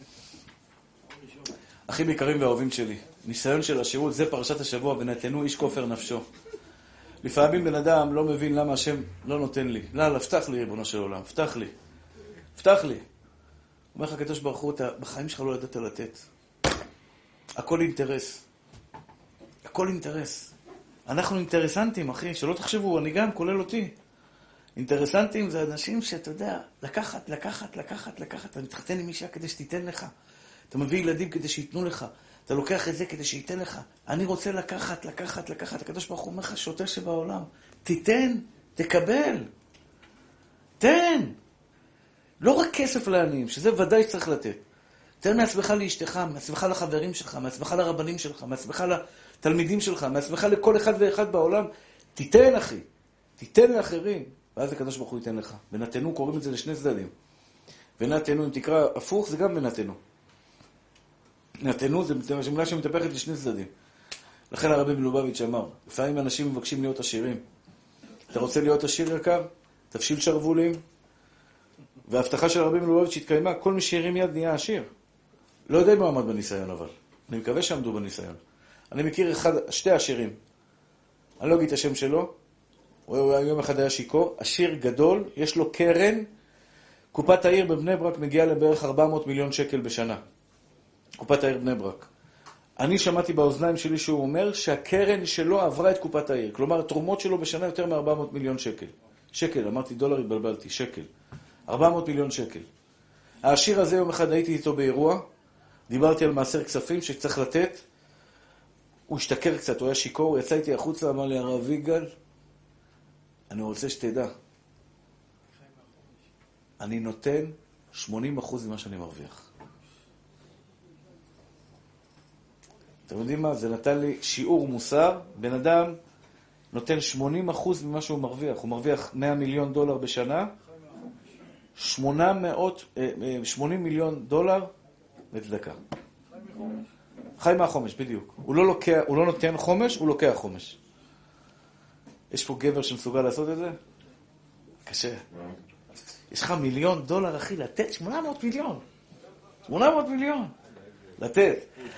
אחים יקרים ואהובים שלי, ניסיון של השירות, זה פרשת השבוע, ונתנו איש כופר נפשו. לפעמים בן אדם לא מבין למה השם לא נותן לי. לא, לא, פתח לי, ריבונו של עולם, פתח לי. פתח לי. אומר לך הקדוש ברוך הוא, אתה בחיים שלך לא ידעת לתת. הכל אינטרס. הכל אינטרס. אנחנו אינטרסנטים, אחי, שלא תחשבו, אני גם, כולל אותי. אינטרסנטים זה אנשים שאתה יודע, לקחת, לקחת, לקחת, לקחת. אתה מתחתן עם אישה כדי שתיתן לך. אתה מביא ילדים כדי שיתנו לך. אתה לוקח את זה כדי שייתן לך. אני רוצה לקחת, לקחת, לקחת. הקדוש ברוך הוא אומר לך, שוטה שבעולם. תיתן, תקבל. תן. לא רק כסף לעניים, שזה ודאי שצריך לתת. תן מעצמך לאשתך, מעצמך לחברים שלך, מעצמך לרבנים שלך, מעצמך לתלמידים שלך, מעצמך לכל אחד ואחד בעולם. תיתן, אחי. תיתן לאחרים. ואז הקדוש ברוך הוא ייתן לך. ונתנו, קוראים את זה לשני צדדים. ונתנו, אם תקרא הפוך, זה גם ונתנו. נתנו, זה מילה שמתהפכת לשני צדדים. לכן הרבי מלובביץ' אמר, לפעמים אנשים מבקשים להיות עשירים. אתה רוצה להיות עשיר יקר? תפשיל שרבולים. וההבטחה של הרבי מלובביץ' התקיימה, כל מי שירים יד נהיה עשיר. לא יודע אם הוא עמד בניסיון, אבל. אני מקווה שעמדו בניסיון. אני מכיר אחד, שתי עשירים. אני לא אגיד את השם שלו. הוא יום אחד היה שיקור. עשיר גדול, יש לו קרן. קופת העיר בבני ברק מגיעה לבערך ארבע מאות מיליון שקל בשנה. קופת העיר בני ברק. אני שמעתי באוזניים שלי שהוא אומר שהקרן שלו עברה את קופת העיר. כלומר, התרומות שלו בשנה יותר מ-ארבע מאות מיליון שקל. שקל, אמרתי דולר, התבלבלתי, שקל. ארבע מאות מיליון שקל. העשיר הזה יום אחד הייתי איתו באירוע, דיברתי על מעשר כספים שצריך לתת, הוא השתכר קצת, הוא היה שיקור, הוא יצא איתי החוצה, אמר לי, הרב יגאל, אני רוצה שתדע, אני נותן שמונים אחוז ממה שאני מרוויח. אתם יודעים מה? זה נתן לי שיעור מוסר, בן אדם נותן שמונים אחוז ממה שהוא מרוויח, הוא מרוויח מאה מיליון דולר בשנה, שמונה מאות, שמונים מיליון דולר לצדקה. חי מהחומש, בדיוק. הוא לא, לוקח, הוא לא נותן חומש, הוא לוקח חומש. יש פה גבר שמסוגל לעשות את זה? קשה. יש לך מיליון דולר, אחי, לתת שמונה מאות מיליון. שמונה מאות מיליון. לתת.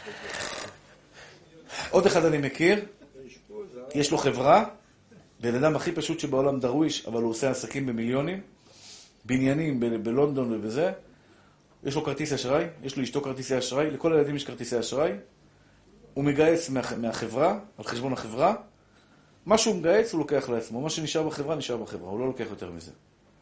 עוד אחד אני מכיר, יש לו חברה, בן אדם הכי פשוט שבעולם דרוויש, אבל הוא עושה עסקים במיליונים, בניינים ב- בלונדון ובזה, יש לו כרטיס אשראי, יש לו אשתו כרטיסי אשראי, לכל הילדים יש כרטיסי אשראי, הוא מגייס מה, מהחברה, על חשבון החברה, מה שהוא מגייס הוא לוקח לעצמו, מה שנשאר בחברה נשאר בחברה, הוא לא לוקח יותר מזה.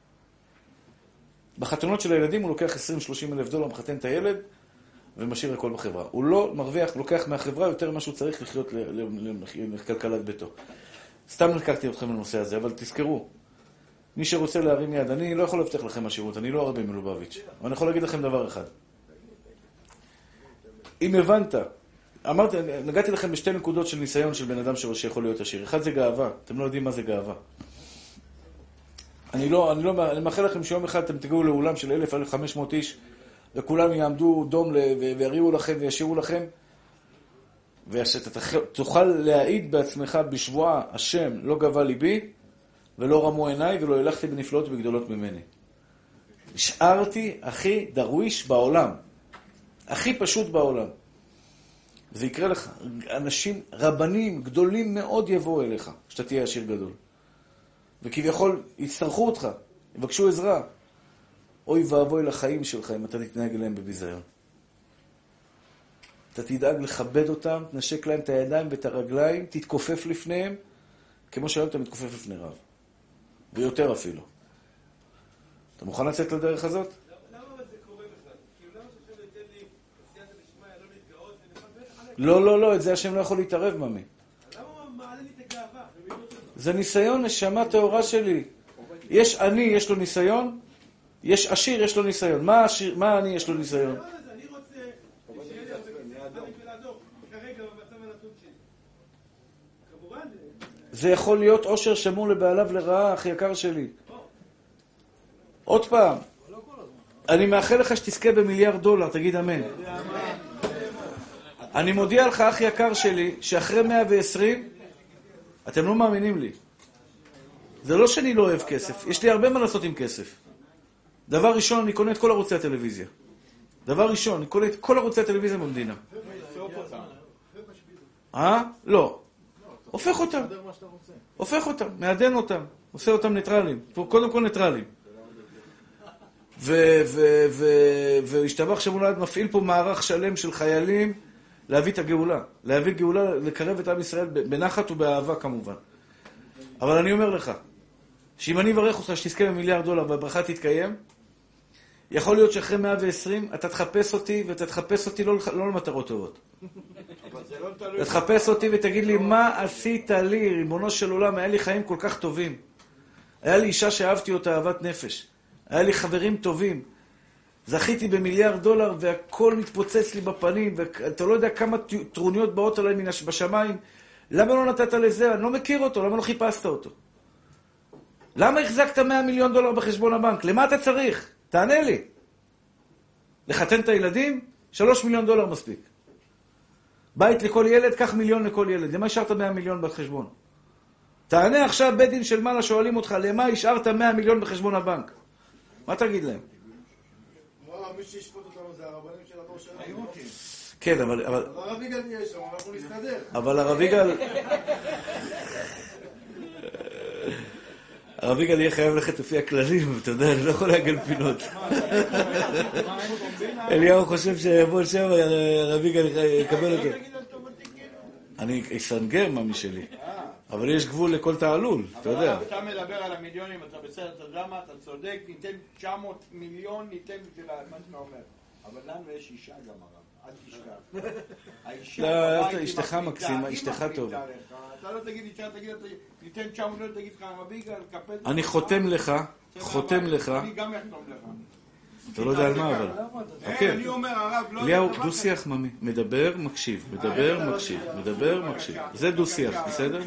בחתונות של הילדים הוא לוקח עשרים שלושים אלף דולר, מחתן את הילד, ומשאיר הכל בחברה. הוא לא מרוויח, לוקח מהחברה יותר ממה שהוא צריך לחיות לכלכלת ביתו. סתם לקחתי אתכם לנושא הזה, אבל תזכרו, מי שרוצה להרים יד, אני לא יכול להבטיח לכם השירות, אני לא הרבי מלובביץ', אבל אני יכול להגיד לכם דבר אחד. אם הבנת, אמרתי, נגעתי לכם בשתי נקודות של ניסיון של בן אדם שיכול להיות עשיר. אחד זה גאווה, אתם לא יודעים מה זה גאווה. אני לא, אני לא, אני מאחל לכם שיום אחד אתם תגיעו לאולם של אלף אלף וחמש מאות איש, וכולם יעמדו דום ויריעו לכם וישירו לכם, ושאתה תוכל להעיד בעצמך בשבועה, השם לא גבה ליבי, ולא רמו עיניי, ולא הלכתי בנפלאות ובגדולות ממני. נשארתי הכי דרוויש בעולם. הכי פשוט בעולם. זה יקרה לך. אנשים, רבנים גדולים מאוד יבואו אליך, שאתה תהיה עשיר גדול. וכביכול יצטרכו אותך, יבקשו עזרה. אוי ואבוי לחיים שלך אם אתה תתנהג אליהם בביזיון. אתה תדאג לכבד אותם, תנשק להם את הידיים ואת הרגליים, תתכופף לפניהם, כמו שהיום אתה מתכופף לפני רב. ויותר אפילו. אתה מוכן לצאת לדרך הזאת? למה זה קורה בכלל? כאילו למה שהשם ייתן לי עשייתא דשמיא לא להתגאות ונכבד עליך? לא, לא, לא, את זה השם לא יכול להתערב, ממי. למה הוא מעלה לי את הגאווה? זה ניסיון, נשמה טהורה שלי. יש עני, יש לו ניסיון, יש עשיר, יש לו ניסיון. מה עשיר, מה עני יש לו ניסיון? אני רוצה שיהיה לי הרבה כסף ולעזור כרגע במצב הנתון שלי. כמובן זה יכול להיות עושר שמור לבעליו לרעה, אח יקר שלי. עוד פעם, אני מאחל לך שתזכה במיליארד דולר, תגיד אמן. אני מודיע לך, אח יקר שלי, שאחרי מאה ועשרים, אתם לא מאמינים לי. זה לא שאני לא אוהב כסף, יש לי הרבה מה לעשות עם כסף. דבר ראשון, אני קונה את כל ערוצי הטלוויזיה. דבר ראשון, אני קונה את כל ערוצי הטלוויזיה במדינה. אה? לא. הופך אותם. הופך אותם, מעדן אותם. עושה אותם ניטרלים. קודם כל ניטרלים. והשתבח שמולד מפעיל פה מערך שלם של חיילים להביא את הגאולה, להביא גאולה, לקרב את עם ישראל בנחת ובאהבה כמובן. אבל אני אומר לך, שאם אני אברך אותך שתזכה במיליארד דולר והברכה תתקיים, יכול להיות שאחרי מאה ועשרים אתה תחפש אותי, ואתה תחפש אותי לא, לא למטרות טובות. אתה תחפש אותי ותגיד לי, מה עשית לי, ריבונו של עולם, היה לי חיים כל כך טובים. היה לי אישה שאהבתי אותה אהבת נפש. היה לי חברים טובים. זכיתי במיליארד דולר והכל מתפוצץ לי בפנים, ואתה לא יודע כמה טרוניות באות עליי בשמיים. למה לא נתת לזה? אני לא מכיר אותו, למה לא חיפשת אותו? למה החזקת מאה מיליון דולר בחשבון הבנק? למה אתה צריך? תענה לי. לחתן את הילדים? שלוש מיליון דולר מספיק. בית לכל ילד, קח מיליון לכל ילד. למה השארת מאה מיליון בחשבון? תענה עכשיו, בית דין של מעלה שואלים אותך, למה השארת מאה מיליון בחשבון הבנק? מה תגיד להם? מי שישפוט אותנו זה הרבנים של הדור שלנו. כן, אבל... אבל הרב יגאל נהיה שם, אנחנו נסתדר. אבל הרב יגאל... הרב יגאל יהיה חייב ללכת לפי הכללים, אתה יודע, אני לא יכול להגל פינות. אליהו חושב שיבוא שם, הרב יגאל יקבל אותו. אני אסנגר ממי שלי. אבל יש גבול לכל תעלול, אתה יודע. אתה מדבר על המיליונים, אתה בסדר, אתה יודע מה, אתה צודק, ניתן תשע מאות מיליון, ניתן בשביל מה שאתה אומר. אבל לנו יש אישה גם הרב, אל תשכח. לא, אשתך מקסימה, אשתך טובה. אתה לא תגיד אישה, תגיד, ניתן תשע מאות מיליון, תגיד לך, הרב יגאל, קפל... אני חותם לך, חותם לך. אני גם אחתום לך. אתה לא יודע על מה, אבל... אני אומר, הרב, לא... אליהו, דו שיח, ממי. מדבר, מקשיב. מדבר, מקשיב. מדבר, מקשיב. זה דו שיח, בסדר?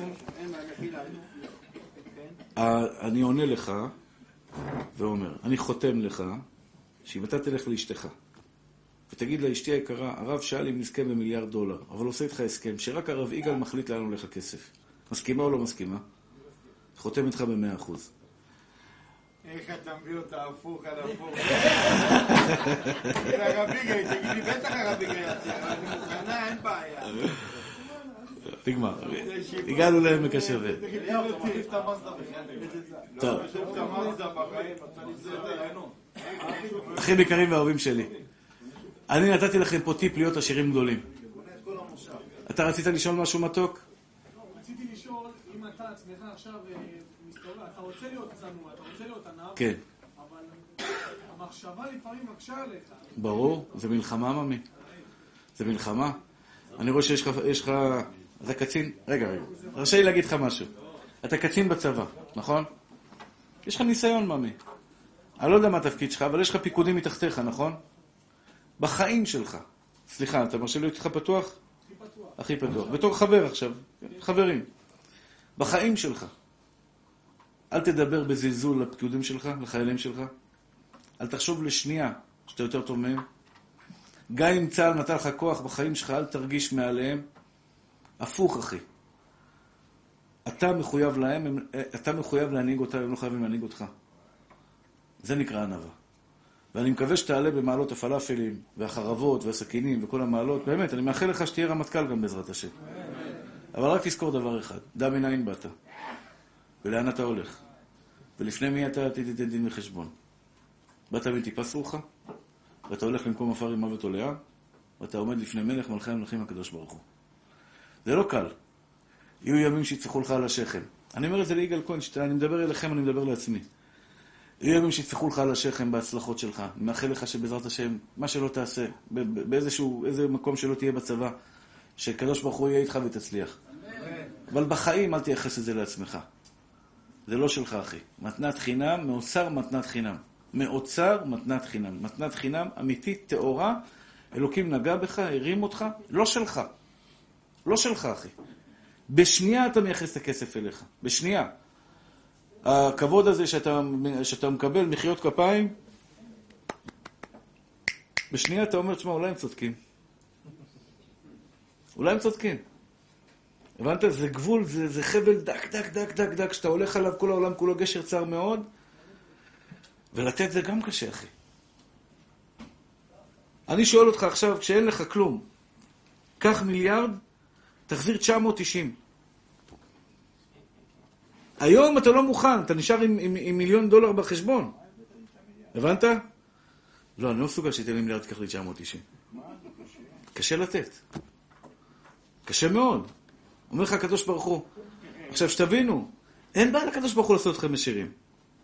אני עונה לך, ואומר, אני חותם לך, שאם אתה תלך לאשתך, ותגיד לאשתי היקרה, הרב שאל אם נזכה במיליארד דולר, אבל עושה איתך הסכם, שרק הרב יגאל מחליט לאן הולך הכסף. מסכימה או לא מסכימה? חותם איתך במאה אחוז. איך אתה מביא אותה הפוך על הפוך? הרב יגאל, תגיד לי, בטח הרב יגאל יצא, אני מוכנה, אין בעיה. נגמר. הגענו לעמק השווה. אליהו, אתה מחליף את המזדה בכלל. טוב. מחליף את המזדה בחיים, אתה נזדה. אחים יקרים ואהובים שלי, אני נתתי לכם פה טיפ להיות עשירים גדולים. אתה רצית לשאול משהו מתוק? לא, רציתי לשאול אם אתה עצמך עכשיו מסתובב, אתה רוצה להיות צנוע, אתה רוצה להיות ענב, כן. אבל המחשבה לפעמים מקשה עליך. ברור, זה מלחמה, ממי. זה מלחמה. אני רואה שיש לך, יש לך, אתה קצין, רגע, רגע, רשאי לי להגיד לך משהו. אתה קצין בצבא, נכון? יש לך ניסיון, ממי. אני לא יודע מה התפקיד שלך, אבל יש לך פיקודים מתחתיך, נכון? בחיים שלך. סליחה, אתה מרשה לי איתך פתוח? הכי פתוח. הכי פתוח. בתור חבר עכשיו, חברים. בחיים שלך. אל תדבר בזלזול לפיקודים שלך, לחיילים שלך. אל תחשוב לשנייה שאתה יותר טוב מהם. גם אם צה"ל נתן לך כוח בחיים שלך, אל תרגיש מעליהם. הפוך, אחי. אתה מחויב להם, אתה מחויב להנהיג אותם, הם לא חייבים להנהיג אותך. זה נקרא ענווה. ואני מקווה שתעלה במעלות הפלאפלים, והחרבות, והסכינים, וכל המעלות. באמת, אני מאחל לך שתהיה רמטכ"ל גם בעזרת השם. אבל רק תזכור דבר אחד. דע מנין באת. ולאן אתה הולך. ולפני מי אתה תיתן דין וחשבון. באת מטיפה סרוחה, ואתה הולך למקום עפר עם מוות עוליה, ואתה עומד לפני מלך מלכי המלכים הקדוש ברוך הוא. זה לא קל. יהיו ימים שיצחו לך על השכם. אני אומר את זה ליגאל כהן, אני מדבר אליכם, אני מדבר לעצמי. יהיו ימים שיצחו לך על השכם בהצלחות שלך. אני מאחל לך שבעזרת השם, מה שלא תעשה, באיזשהו איזה מקום שלא תהיה בצבא, שקדוש ברוך הוא יהיה איתך ותצליח. אבל בחיים אל תייחס את זה לעצמך. זה לא שלך, אחי. מתנת חינם, מאוצר מתנת חינם. מאוצר מתנת חינם. מתנת חינם אמיתית, תאורה, אלוקים נגע בך, הרים אותך, לא שלך. לא שלך, אחי. בשנייה אתה מייחס את הכסף אליך. בשנייה. הכבוד הזה שאתה, שאתה מקבל מחיאות כפיים, בשנייה אתה אומר, תשמע, אולי הם צודקים. אולי הם צודקים. הבנת? זה גבול, זה, זה חבל דק, דק, דק, דק, דק, שאתה הולך עליו כל העולם, כולו גשר צר מאוד, ולתת זה גם קשה, אחי. אני שואל אותך עכשיו, כשאין לך כלום, קח מיליארד, תחזיר תשע מאות תשעים. היום אתה לא מוכן, אתה נשאר עם, עם, עם מיליון דולר בחשבון. הבנת? לא, אני לא מסוגל שתיתן לי מיליארד, תיקח לי תשע מאות תשעים. מה? זה קשה. קשה לתת. קשה מאוד. אומר לך הקדוש ברוך הוא. עכשיו, שתבינו, אין בעיה לקדוש ברוך הוא לעשות אתכם עשירים.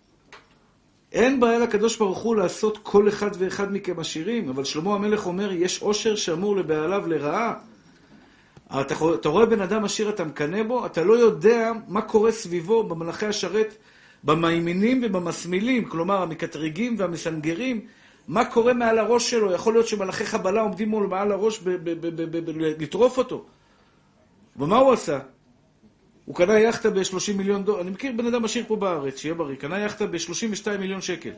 אין בעיה לקדוש ברוך הוא לעשות כל אחד ואחד מכם עשירים, אבל שלמה המלך אומר, יש עושר שאמור לבעליו לרעה. אתה, אתה רואה בן אדם עשיר, אתה מקנה בו, אתה לא יודע מה קורה סביבו במלאכי השרת, במאמינים ובמסמילים, כלומר המקטרגים והמסנגרים, מה קורה מעל הראש שלו. יכול להיות שמלאכי חבלה עומדים מול מעל הראש לטרוף אותו. ומה הוא עשה? הוא קנה יחטה ב-שלושים מיליון דולר. אני מכיר בן אדם עשיר פה בארץ, שיהיה בריא. קנה יחטה ב-שלושים ושניים מיליון שקל.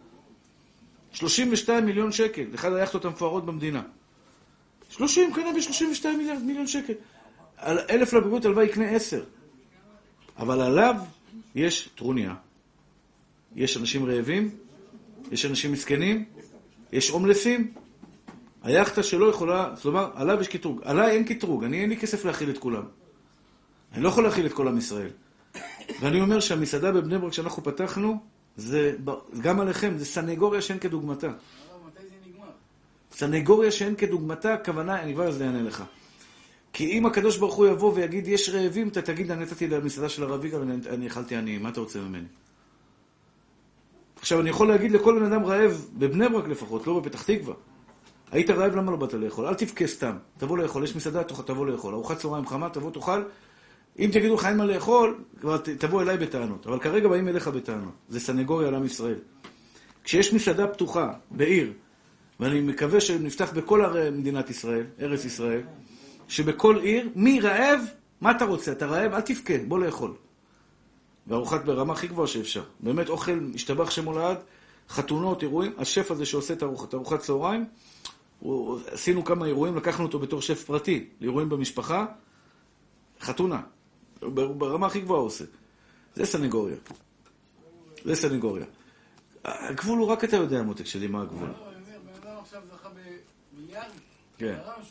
שלושים ושניים מיליון שקל. אחד היחטות המפוארות במדינה. שלושים, קנה ב-שלושים ושניים מיליון, מיליון שקל. על אלף לבריאות הלוואי יקנה עשר. אבל עליו יש טרוניה. יש אנשים רעבים, יש אנשים מסכנים, יש אומלסים. היחטה שלו יכולה, זאת אומרת, עליו יש קטרוג. עליי אין קטרוג, אני אין לי כסף להכיל את כולם. אני לא יכול להכיל את כל עם ישראל. ואני אומר שהמסעדה בבני ברק שאנחנו פתחנו, זה גם עליכם, זה סנגוריה שאין כדוגמתה. מתי זה נגמר? סנגוריה שאין כדוגמתה, הכוונה, אני כבר אז אענה לך. כי אם הקדוש ברוך הוא יבוא ויגיד, יש רעבים, אתה תגיד, אני נתתי למסעדה של הרב יגאל, אני אכלתי עני, מה אתה רוצה ממני? עכשיו, אני יכול להגיד לכל בן אדם רעב, בבני ברק לפחות, לא בפתח תקווה. היית רעב, למה לא באת לאכול? אל תבכה סתם. תבוא לאכול, יש מסעדה, תבוא לאכול. ארוחת צהריים חמה, תבוא, תאכל. אם תגידו לך אין מה לאכול, כבר תבוא אליי בטענות. אבל כרגע באים אליך בטענות. זה סנגוריה על עם ישראל. כשיש מסעדה פתוחה בעיר, ואני מקווה שנפתח בכל ערי מדינת ישראל, ארץ ישראל, שבכל עיר, מי רעב? מה אתה רוצה? אתה רעב? אל תבכה, בוא לאכול. וארוחת ברמה הכי גבוהה שאפשר. באמת אוכל, משתבח שמו לעד, חתונות, אירועים. השף הזה שעושה את ארוחת, ארוחת צהריים, הוא, עשינו כמה אירועים, לקחנו אותו בתור שף פרטי, לאירועים במשפחה, חתונה. ברמה הכי גבוהה עושה. זה סנגוריה. זה סנגוריה. הגבול הוא רק אתה יודע, מותק שלי, מה הגבול. לא, אני אומר, בן אדם עכשיו זכה במיליארד, כן. הרם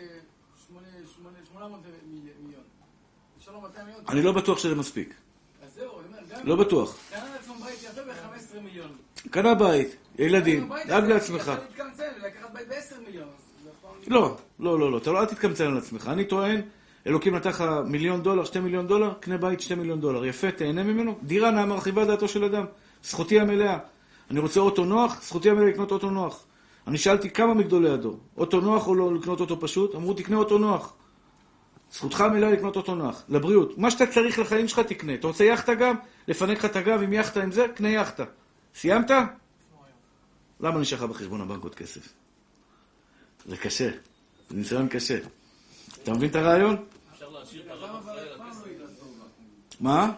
שמונה מאות מיליון. יש לו מאתיים מיליון. אני לא בטוח שזה מספיק. אז זהו, אני אומר, גם... לא בטוח. קנה לעצמו בית יפה ב-חמישה עשר מיליון. קנה בית, ילדים, דאג לעצמך. אתה להתקמצן ולקחת בית ב-עשרה מיליון. לא, לא, לא, לא, אתה לא, אל תתקמצן על עצמך. אני טוען, אלוקים נתן לך מיליון דולר, שתי מיליון דולר, קנה בית שתי מיליון דולר. יפה, תהנה ממנו. דירה נעה מרחיבה דעתו של אדם. זכותי המלאה. אני רוצה אוטו נוח, זכותי המלאה לקנות אוטו נוח. אני שאלתי כמה מגדולי הדור, אוטו נוח או לא לקנות אוטו פשוט? אמרו, תקנה אוטו נוח. זכותך המלאה לקנות אוטו נוח. לבריאות. מה שאתה צריך לחיים שלך תקנה. אתה רוצה יחטה גם? לפנק לך את הגב עם יחטה עם זה? קנה יחטה. סיימת? למה נשאר לך בחשבון הבנק עוד כסף? זה קשה. זה ניסיון קשה. אתה מבין את הרעיון? אפשר להשאיר את הרב אחרי לכסף. מה?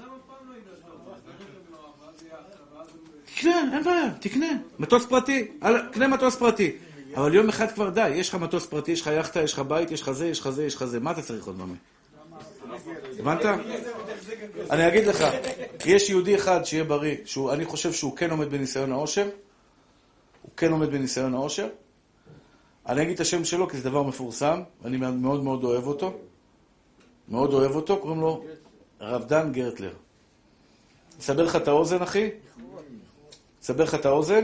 תקנה, אין בעיה, תקנה. מטוס פרטי. קנה מטוס פרטי. אבל יום אחד כבר די. יש לך מטוס פרטי, יש לך יחטה, יש לך בית, יש לך זה, יש לך זה, יש לך זה. מה אתה צריך עוד ממי? הבנת? אני אגיד לך, יש יהודי אחד שיהיה בריא, אני חושב שהוא כן עומד בניסיון העושר. הוא כן עומד בניסיון העושר. אני אגיד את השם שלו, כי זה דבר מפורסם, ואני מאוד מאוד אוהב אותו. מאוד אוהב אותו, קוראים לו הרב דן גרטלר. אסבר לך את האוזן, אחי? אסבר לך את האוזן?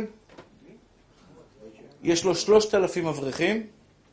יש לו שלושת אלפים אברכים.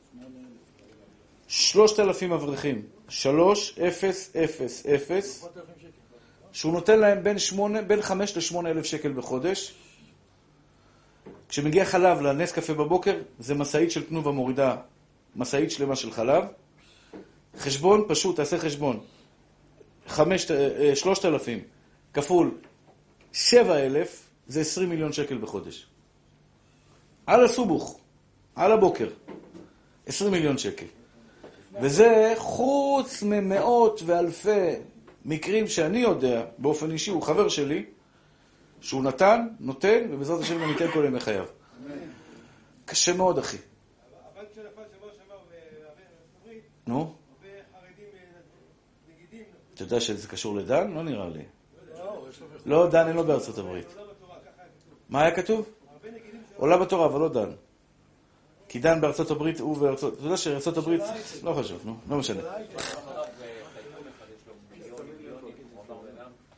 שלושת אלפים אברכים. שלוש, אפס, אפס, אפס. שהוא נותן להם בין שמונה, בין חמש לשמונה אלף שקל בחודש. כשמגיע חלב לנס קפה בבוקר, זה מסעית של תנובה מורידה, מסעית שלמה של חלב. חשבון, פשוט, תעשה חשבון. חמש, שלושת אלפים, כפול שבע אלף, זה עשרים מיליון שקל בחודש. על הסובוך, על הבוקר, עשרים מיליון שקל. וזה חוץ ממאות ואלפי מקרים שאני יודע, באופן אישי, הוא חבר שלי, שהוא נתן, נותן, ובעזרת השם גם ניתן כל ימי חייו. קשה מאוד, אחי. הבנק שנפל שבוע שעבר בארצות הברית, נו? הרבה חרדים נגידים. אתה יודע שזה קשור לדן? לא נראה לי. לא, דן אין לו בארצות הברית. מה היה כתוב? עולה בתורה, אבל לא דן. כי דן בארצות הברית הוא בארצות... אתה יודע שארצות הברית... לא חשוב, נו, לא משנה.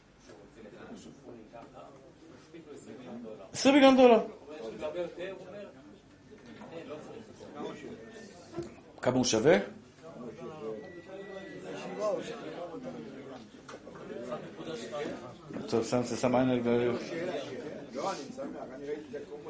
עשרים מיליון דולר. כמה הוא שווה? טוב, שם, שם עין על... לא, אני שמח, אני ראיתי את הקומות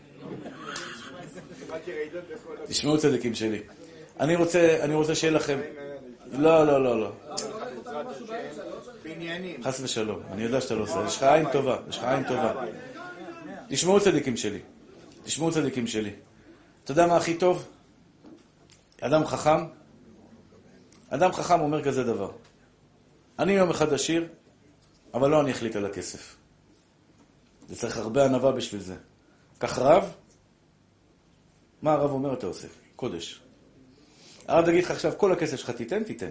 לבד. תשמעו צדיקים שלי. אני רוצה, אני רוצה שיהיה לכם... לא, לא, לא, לא. בעניינים. חס ושלום. אני יודע שאתה לא עושה. יש לך עין טובה. יש לך עין טובה. תשמעו צדיקים שלי. תשמעו צדיקים שלי. אתה יודע מה הכי טוב? אדם חכם. אדם חכם אומר כזה דבר. אני יום אחד עשיר, אבל לא אני אחליט על הכסף. זה צריך הרבה ענווה בשביל זה. כך רב, מה הרב אומר אתה עושה? קודש. הרב יגיד לך עכשיו, כל הכסף שלך תיתן, תיתן.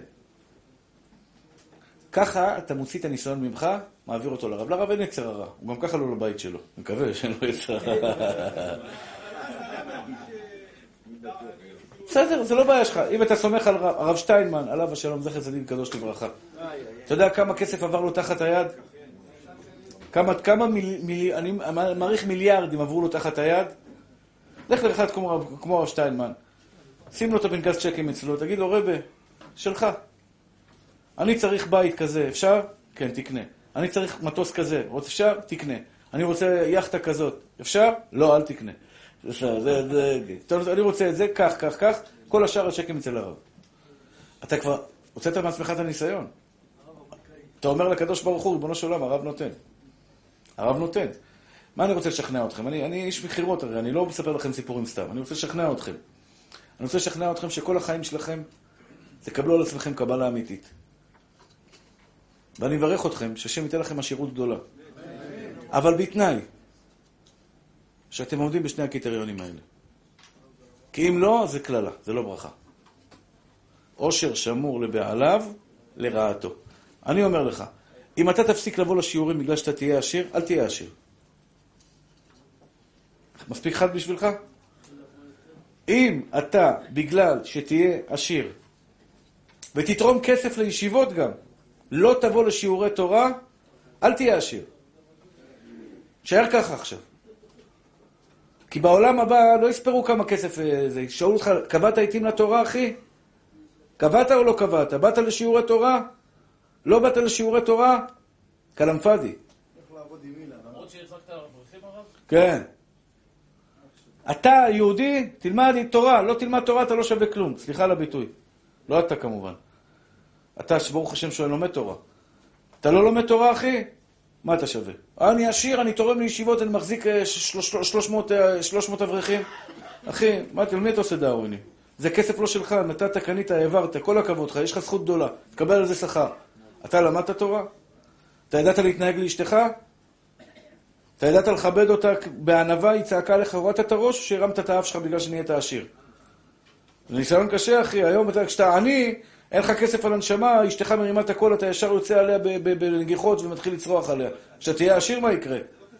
ככה אתה מוציא את הניסיון ממך, מעביר אותו לרב. לרב אין יצר הרע, הוא גם ככה לא לבית שלו. אני מקווה שאין לו יצר הרע. בסדר, זה לא בעיה שלך. אם אתה סומך על הרב שטיינמן, עליו השלום, זכר צדיק קדוש לברכה. אתה יודע כמה כסף עבר לו תחת היד? כמה, כמה מיל, מיל, אני מעריך מיליארדים עברו לו תחת היד? לך לאחד כמו, כמו הרב שטיינמן. שים לו את הפנקס צ'קים אצלו, תגיד לו, רבה, שלך. אני צריך בית כזה, אפשר? כן, תקנה. אני צריך מטוס כזה, רוצה אפשר? תקנה. אני רוצה יחטה כזאת, אפשר? לא, אל תקנה. זה, זה, זה, זה. אני רוצה את זה, כך, כך, כך, כל השאר הצ'קים אצל הרב. אתה כבר הוצאת מעצמך את הניסיון. אתה אומר לקדוש ברוך הוא, ריבונו של עולם, הרב נותן. הרב נותן. מה אני רוצה לשכנע אתכם? אני, אני איש מחירות הרי, אני לא מספר לכם סיפורים סתם. אני רוצה לשכנע אתכם. אני רוצה לשכנע אתכם שכל החיים שלכם תקבלו על עצמכם קבלה אמיתית. ואני מברך אתכם שהשם ייתן לכם עשירות גדולה. אבל בתנאי שאתם עומדים בשני הקריטריונים האלה. כי אם לא, זה כללה, זה לא ברכה. עושר שמור לבעליו, לרעתו. אני אומר לך, אם אתה תפסיק לבוא לשיעורים בגלל שאתה תהיה עשיר, אל תהיה עשיר. מספיק חד בשבילך? אם אתה, בגלל שתהיה עשיר, ותתרום כסף לישיבות גם, לא תבוא לשיעורי תורה, אל תהיה עשיר. שער ככה עכשיו. כי בעולם הבא לא יספרו כמה כסף זה. שאלו אותך, קבעת עיתים לתורה, אחי? קבעת או לא קבעת? באת לשיעורי תורה? לא באת לשיעורי תורה? כלם פאדי. איך לעבוד עם מילה? למרות שהרחקת על הפרחים הרב? כן. אתה יהודי, תלמד תורה. לא תלמד תורה, אתה לא שווה כלום. סליחה על הביטוי. לא אתה כמובן. אתה, שברוך השם שואל, לומד תורה. אתה לא לומד תורה, אחי? מה אתה שווה? אני עשיר, אני תורם לישיבות, אני מחזיק שלוש מאות אברכים. אחי, מה, למי אתה עושה דאווינים? זה כסף לא שלך, נתת, קנית, העברת, כל הכבוד לך, יש לך זכות גדולה, תקבל על זה שכר. אתה למדת תורה? אתה ידעת להתנהג לאשתך? אתה ידעת לכבד אותה בענווה, היא צעקה לך, הורדת את הראש, או שהרמת את האף שלך בגלל שנהיית עשיר? זה ניסיון קשה, אחי. היום כשאתה עני, אין לך כסף על הנשמה, אשתך מרימה את הכל, אתה ישר יוצא עליה בנגיחות ומתחיל לצרוח עליה. כשאתה תהיה עשיר, מה יקרה?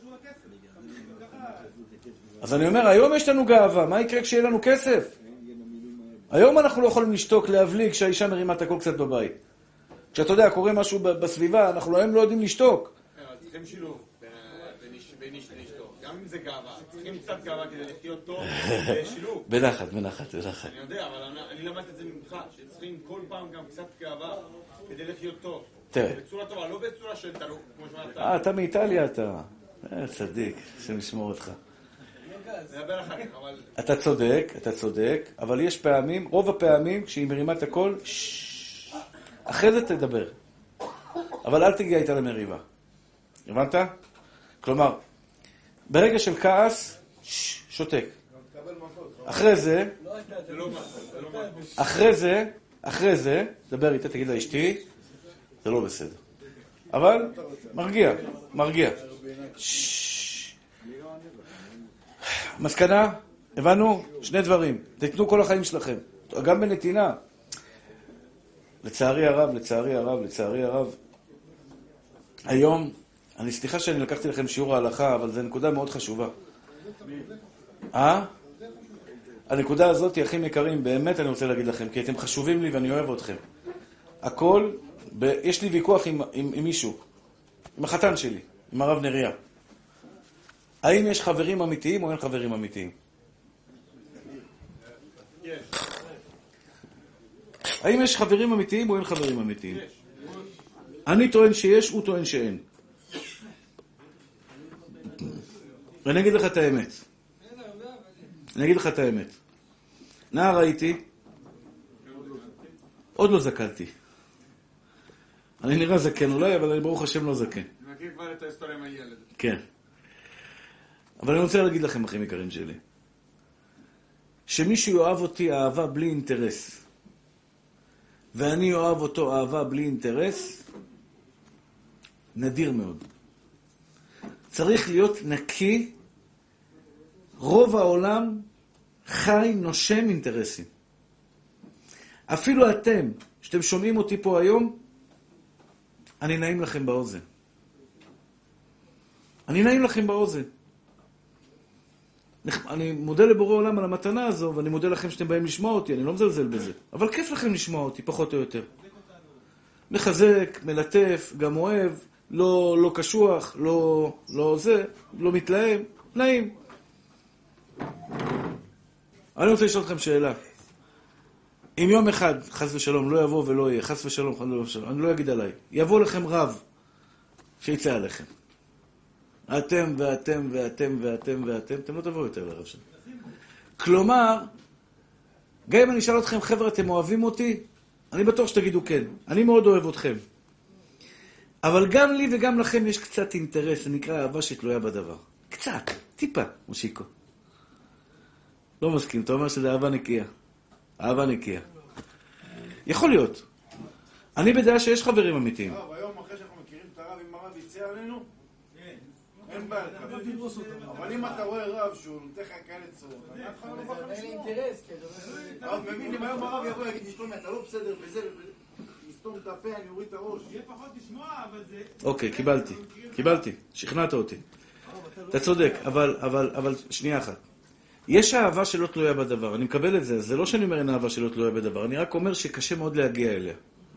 אז אני אומר, היום יש לנו גאווה, מה יקרה כשיהיה לנו כסף? היום אנחנו לא יכולים לשתוק, להבליג, כשהאישה מרימה את הכל קצת בבית. כשאתה יודע, קורה משהו בסביבה, אנחנו היום לא יודעים לשתוק. צריכים שילוב בין איש לאשתו. גם אם זה גאווה, צריכים קצת גאווה כדי לחיות טוב, זה שילוב. בנחת, בנחת, בנחת. אני יודע, אבל אני למדתי את זה ממך, שצריכים כל פעם גם קצת גאווה כדי לחיות טוב. תראה. בצורה טובה, לא בצורה של תלוק, כמו שאתה. אה, אתה מאיטליה, אתה. אה, צדיק, שנשמור אותך. נדבר אחר כך, אבל... אתה צודק, אתה צודק, אבל יש פעמים, רוב הפעמים, כשהיא מרימה את הכל, אחרי זה תדבר. אבל אל תגיע איתה למריבה. הבנת? כלומר, ברגע של כעס, שותק. אחרי זה, אחרי זה, אחרי זה, דבר איתה, תגיד לה, אשתי, זה לא בסדר. אבל, מרגיע, מרגיע. מסקנה, הבנו? שני דברים. תתנו כל החיים שלכם. גם בנתינה. לצערי הרב, לצערי הרב, לצערי הרב. היום, אני סליחה שאני לקחתי לכם שיעור ההלכה, אבל זו נקודה מאוד חשובה. אה? הנקודה הזאת, אחים יקרים, באמת אני רוצה להגיד לכם, כי אתם חשובים לי ואני אוהב אתכם. הכל, ב... יש לי ויכוח עם, עם, עם מישהו, עם החתן שלי, עם הרב נריה. האם יש חברים אמיתיים או אין חברים אמיתיים? האם יש חברים אמיתיים או אין חברים אמיתיים? אני טוען שיש, הוא טוען שאין. ואני אגיד לך את האמת. אני אגיד לך את האמת. נער הייתי, עוד לא זקנתי. אני נראה זקן אולי, אבל אני ברוך השם לא זקן. אני מכיר כבר את ההיסטוריה עם הילד. כן. אבל אני רוצה להגיד לכם, אחים יקרים שלי, שמישהו יאהב אותי אהבה בלי אינטרס, ואני אוהב אותו אהבה בלי אינטרס, נדיר מאוד. צריך להיות נקי. רוב העולם חי, נושם אינטרסים. אפילו אתם, שאתם שומעים אותי פה היום, אני נעים לכם באוזן. אני נעים לכם באוזן. אני מודה לבורא עולם על המתנה הזו, ואני מודה לכם שאתם באים לשמוע אותי, אני לא מזלזל בזה. אבל כיף לכם לשמוע אותי, פחות או יותר. מחזק, מלטף, גם אוהב, לא, לא קשוח, לא, לא זה, לא מתלהם, נעים. אני רוצה לשאול אתכם שאלה. אם יום אחד, חס ושלום, לא יבוא ולא יהיה, חס ושלום, חס ושלום, אני לא אגיד עליי, יבוא לכם רב שיצא עליכם. אתם ואתם ואתם ואתם ואתם, אתם לא תבואו יותר לרב שם. כלומר, גם אם אני אשאל אתכם, חבר'ה, אתם אוהבים אותי? אני בטוח שתגידו כן. אני מאוד אוהב אתכם. אבל גם לי וגם לכם יש קצת אינטרס, זה נקרא אהבה שתלויה בדבר. קצת, טיפה, מושיקו. לא מסכים, אתה אומר שזה אהבה נקייה. אהבה נקייה. יכול להיות. אני בדעה שיש חברים אמיתיים. טוב, היום אחרי שאנחנו מכירים את הרב, אם הרב יצא עלינו, אין בעיה. אבל אם אתה רואה רב שהוא נותן לך כאלה צורות, אין לי אינטרס, הרב מבין, אם היום הרב יבוא ויגיד, שלומי, אתה לא בסדר בזה, לסתום את הפה, אני אוריד את הראש. יהיה פחות לשמוע, אבל זה... אוקיי, קיבלתי. קיבלתי. שכנעת אותי. אתה צודק, אבל, אבל, אבל, שנייה אחת. יש אהבה שלא תלויה בדבר, אני מקבל את זה, זה לא שאני אומר אין אהבה שלא תלויה בדבר, אני רק אומר שקשה מאוד להגיע אליה.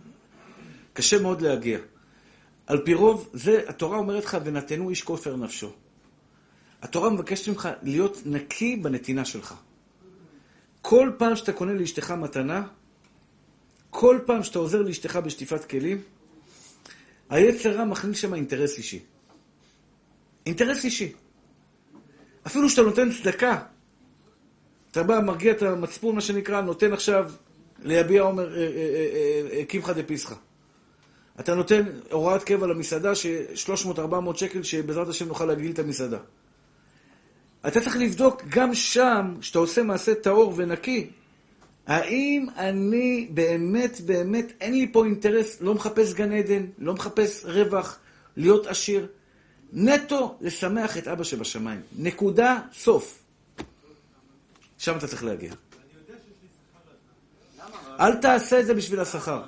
קשה מאוד להגיע. על פי רוב, זה, התורה אומרת לך, ונתנו איש כופר נפשו. התורה מבקשת ממך להיות נקי בנתינה שלך. כל פעם שאתה קונה לאשתך מתנה, כל פעם שאתה עוזר לאשתך בשטיפת כלים, היצר רע מכניס שם אינטרס אישי. אינטרס אישי. אפילו שאתה נותן צדקה, אתה בא, מרגיע את המצפון, מה שנקרא, נותן עכשיו ליביע עומר קמחא דפסחא. אתה נותן הוראת קבע למסעדה, ש-שלוש מאות ארבע מאות שקל, שבעזרת השם נוכל להגדיל את המסעדה. אתה צריך לבדוק גם שם, שאתה עושה מעשה טהור ונקי, האם אני באמת, באמת, אין לי פה אינטרס, לא מחפש גן עדן, לא מחפש רווח, להיות עשיר, נטו לשמח את אבא שבשמיים. נקודה, סוף. שם אתה צריך להגיע. אל תעשה את זה בשביל השכר.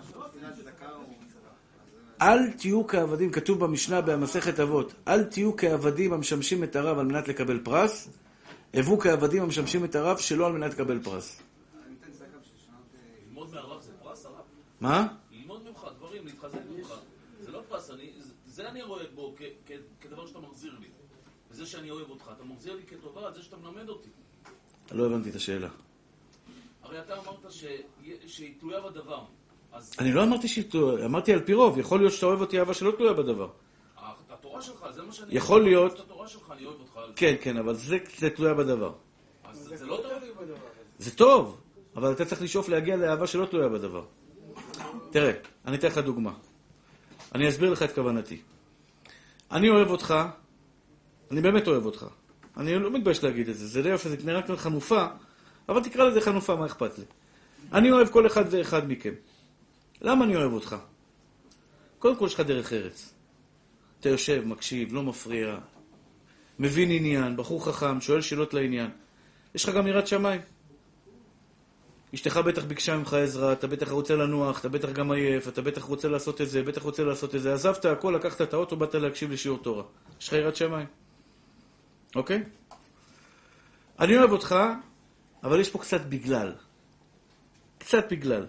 אל תהיו כעבדים, כתוב במשנה במסכת אבות, אל תהיו כעבדים המשמשים את הרב על מנת לקבל פרס, הבו כעבדים המשמשים את הרב שלא על מנת לקבל פרס. ללמוד מהרב זה פרס, הרב? מה? ללמוד ממך דברים, להתחזק ממך. זה לא פרס, זה אני רואה בו כדבר שאתה מחזיר לי. וזה שאני אוהב אותך, אתה מחזיר לי כטובה על זה שאתה מלמד אותי. לא הבנתי את השאלה. הרי אתה אמרת שהיא תלויה בדבר. אני לא אמרתי שהיא תלויה, אמרתי על פי רוב. יכול להיות שאתה אוהב אותי אהבה שלא תלויה בדבר. התורה שלך, זה מה שאני... יכול להיות... התורה שלך, אני אוהב אותך. כן, כן, אבל זה תלויה בדבר. אז זה לא טוב? זה טוב, אבל אתה צריך לשאוף להגיע לאהבה שלא תלויה בדבר. תראה, אני אתן לך דוגמה. אני אסביר לך את כוונתי. אני אוהב אותך, אני באמת אוהב אותך. אני לא מתבייש להגיד את זה, זה די יפה, זה נראה כאן חנופה, אבל תקרא לזה חנופה, מה אכפת לי? אני אוהב כל אחד ואחד מכם. למה אני אוהב אותך? קודם כל יש לך דרך ארץ. אתה יושב, מקשיב, לא מפריע, מבין עניין, בחור חכם, שואל שאלות לעניין. יש לך גם יראת שמיים. אשתך בטח ביקשה ממך עזרה, אתה בטח רוצה לנוח, אתה בטח גם עייף, אתה בטח רוצה לעשות את זה, בטח רוצה לעשות את זה. עזבת הכל, לקחת את האוטו, באת להקשיב לשיעור תורה. יש לך יראת שמיים. אוקיי? אני אוהב אותך, אבל יש פה קצת בגלל. קצת בגלל.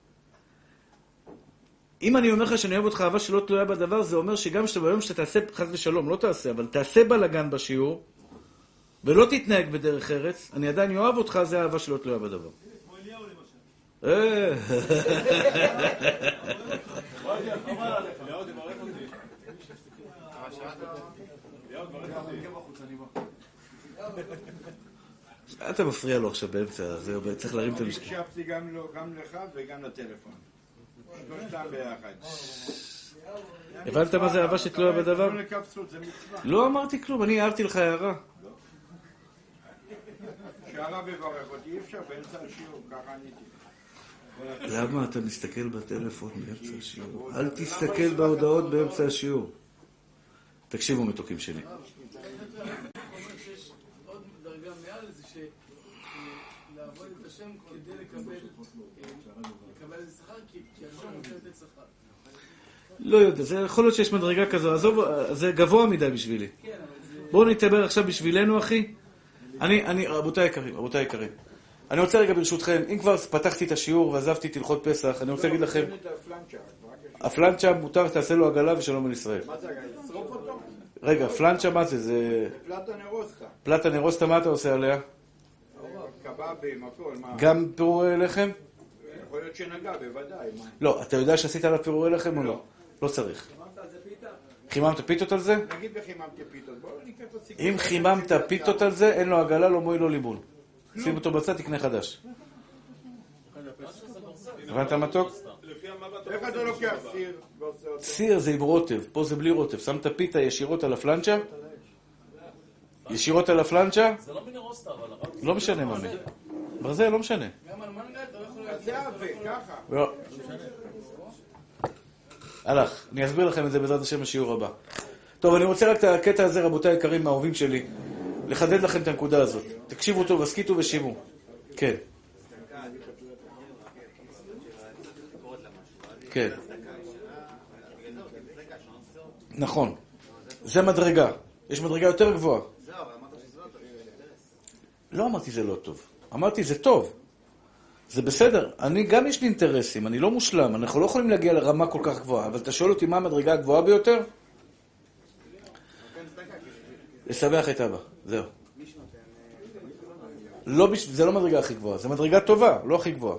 אם אני אומר לך שאני אוהב אותך אהבה שלא תלויה בדבר, זה אומר שגם שאתה ביום שאתה תעשה, חס ושלום, לא תעשה, אבל תעשה בלגן בשיעור, ולא תתנהג בדרך ארץ, אני עדיין אוהב אותך, זה אהבה שלא תלויה בדבר. כמו אליהו למשל. אה. אתה מפריע לו עכשיו באמצע, זהו, צריך להרים את המשקל. הקשבתי גם לך וגם לטלפון. שלושתם ביחד. הבנת מה זה אהבה שתלויה בדבר? לא אמרתי כלום, אני הערתי לך הערה. שהרב יברך אותי, אי אפשר באמצע השיעור, ככה עניתי. למה אתה מסתכל בטלפון באמצע השיעור? אל תסתכל בהודעות באמצע השיעור. תקשיבו מתוקים שלי. אני חושב שיש עוד דרגה מעל זה שלעבוד את השם כדי לקבל איזה שכר, כי השם רוצה לתת שכר. לא יודע, זה יכול להיות שיש מדרגה כזו, עזוב, זה גבוה מדי בשבילי. בואו נתבר עכשיו בשבילנו, אחי. אני, אני, רבותיי יקרים, רבותיי יקרים. אני רוצה רגע ברשותכם, אם כבר פתחתי את השיעור ועזבתי את הלכות פסח, אני רוצה להגיד לכם, הפלנצ'ה מותר, תעשה לו עגלה ושלום על ישראל. מה זה, שרוף אותו? רגע, פלנצ'ה מה זה? זה... פלטה נרוסטה. פלטה נרוסטה, מה אתה עושה עליה? קבבים, הכל, מה? גם פירורי לחם? יכול להיות שנגע, בוודאי. לא, אתה יודע שעשית עליו פירורי לחם או לא? לא צריך. חיממת פיתות על זה? נגיד וחיממתי פיתות, בואו ניקח את הסיכון. אם חיממת פיתות על זה, אין לו עגלה, לא מועיל לו ליבון. שים אותו בצד, תקנה חדש. הבנת מתוק? איך אתה לוקח סיר? סיר זה עם רוטב, פה זה בלי רוטב. שמת פיתה ישירות על הפלנצ'ה? ישירות על הפלנצ'ה? זה לא מנרוסטה, אבל... לא משנה מה מי. ברזל, לא משנה. גם על מנגל אתה לא יכול אז זה עווה, ככה. לא. הלך, אני אסביר לכם את זה בעזרת השם בשיעור הבא. טוב, אני רוצה רק את הקטע הזה, רבותיי היקרים, מהאהובים שלי, לחדד לכם את הנקודה הזאת. תקשיבו טוב, הסכיתו ושימו. כן. כן. נכון. זה מדרגה. יש מדרגה יותר גבוהה. לא אמרתי זה לא טוב. אמרתי זה טוב. זה בסדר. אני גם יש לי אינטרסים. אני לא מושלם. אנחנו לא יכולים להגיע לרמה כל כך גבוהה. אבל אתה שואל אותי מה המדרגה הגבוהה ביותר? לשמח את אבא. זהו. לא, זה לא מדרגה הכי גבוהה. זה מדרגה טובה, לא הכי גבוהה.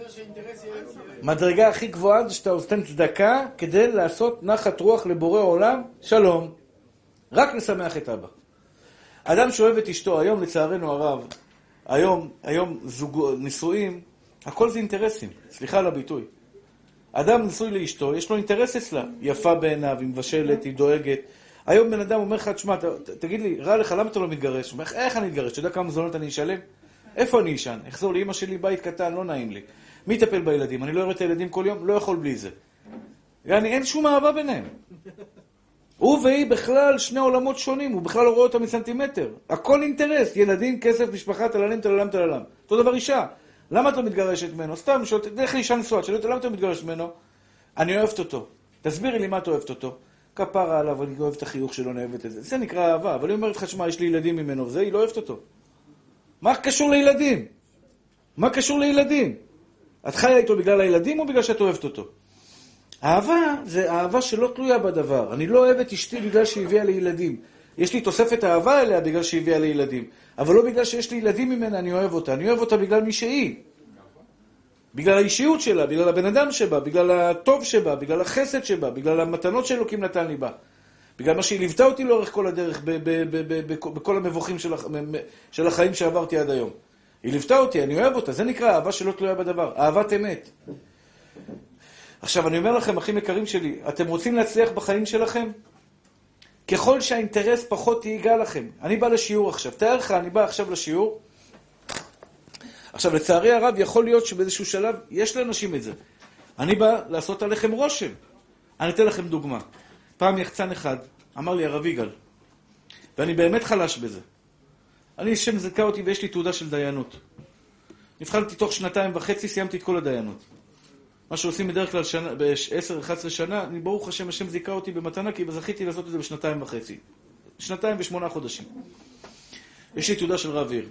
מדרגה הכי גבוהה זה שאתה נותן צדקה כדי לעשות נחת רוח לבורא עולם. שלום. רק לשמח את אבא. אדם שאוהב את אשתו, היום לצערנו הרב, היום, היום זוג, נישואים, הכל זה אינטרסים. סליחה על הביטוי. אדם נשוי לאשתו, יש לו אינטרס אצלה. יפה בעיניו, היא מבשלת, היא דואגת. היום בן אדם אומר לך, תשמע, ת, תגיד לי, רע לך, למה אתה לא מתגרש? הוא אומר, איך אני מתגרש? אתה יודע כמה מזונות אני אשלם? איפה אני אשן? אחזור לאמא שלי, בית קטן, לא נעים לי. מי יטפל בילדים? אני לא אראה את הילדים כל יום, לא יכול בלי זה. יעני, אין שום אהבה ביניהם. הוא והיא בכלל שני עולמות שונים, הוא בכלל לא רואה אותם מסנטימטר. הכל אינטרס, ילדים, כסף, משפחה, תללים, תללם, תללם. אותו דבר אישה. למה את לא מתגרשת ממנו? סתם, דרך אישה נשואה, שאלה אותה, למה אתה מתגרשת ממנו? אני אוהבת אותו. תסבירי לי מה את אוהבת אותו. כפרה עליו, אני אוהבת את החיוך שלו, נאהבת את זה. זה נקרא אהבה, אבל היא אומרת לך, שמה, יש לי ילדים ממנו, וזה, היא לא אוהבת אותו. מה קשור לילדים? מה קשור לילדים? את חיה איתו בגלל הילדים או בגלל שאת אוהבת אותו? אהבה זה אהבה שלא תלויה בדבר. אני לא אוהב את אשתי בגלל שהיא הביאה לי ילדים. יש לי תוספת אהבה אליה בגלל שהיא הביאה לי ילדים. אבל לא בגלל שיש לי ילדים ממנה, אני אוהב אותה. אני אוהב אותה בגלל מי שהיא. בגלל האישיות שלה, בגלל הבן אדם שבה, בגלל הטוב שבה, בגלל החסד שבה, בגלל המתנות שאלוקים נתן לי בה. בגלל מה שהיא ליוותה אותי לאורך כל הדרך, בכל המבוכים של החיים שעברתי עד היום. היא ליוותה אותי, אני אוהב אותה. זה נקרא אהבה שלא תלויה בדבר. אהבת אמת. עכשיו, אני אומר לכם, אחים יקרים שלי, אתם רוצים להצליח בחיים שלכם? ככל שהאינטרס פחות ייגע לכם. אני בא לשיעור עכשיו. תאר לך, אני בא עכשיו לשיעור. עכשיו, לצערי הרב, יכול להיות שבאיזשהו שלב יש לאנשים את זה. אני בא לעשות עליכם רושם. אני אתן לכם דוגמה. פעם יחצן אחד אמר לי, הרב יגאל, ואני באמת חלש בזה. אני, שם זכה אותי ויש לי תעודה של דיינות. נבחנתי תוך שנתיים וחצי, סיימתי את כל הדיינות. מה שעושים בדרך כלל ב-עשר אחת עשרה שנה, אני ברוך השם, השם זיכה אותי במתנה, כי זכיתי לעשות את זה בשנתיים וחצי. שנתיים ושמונה חודשים. יש לי תעודה של רב עיר.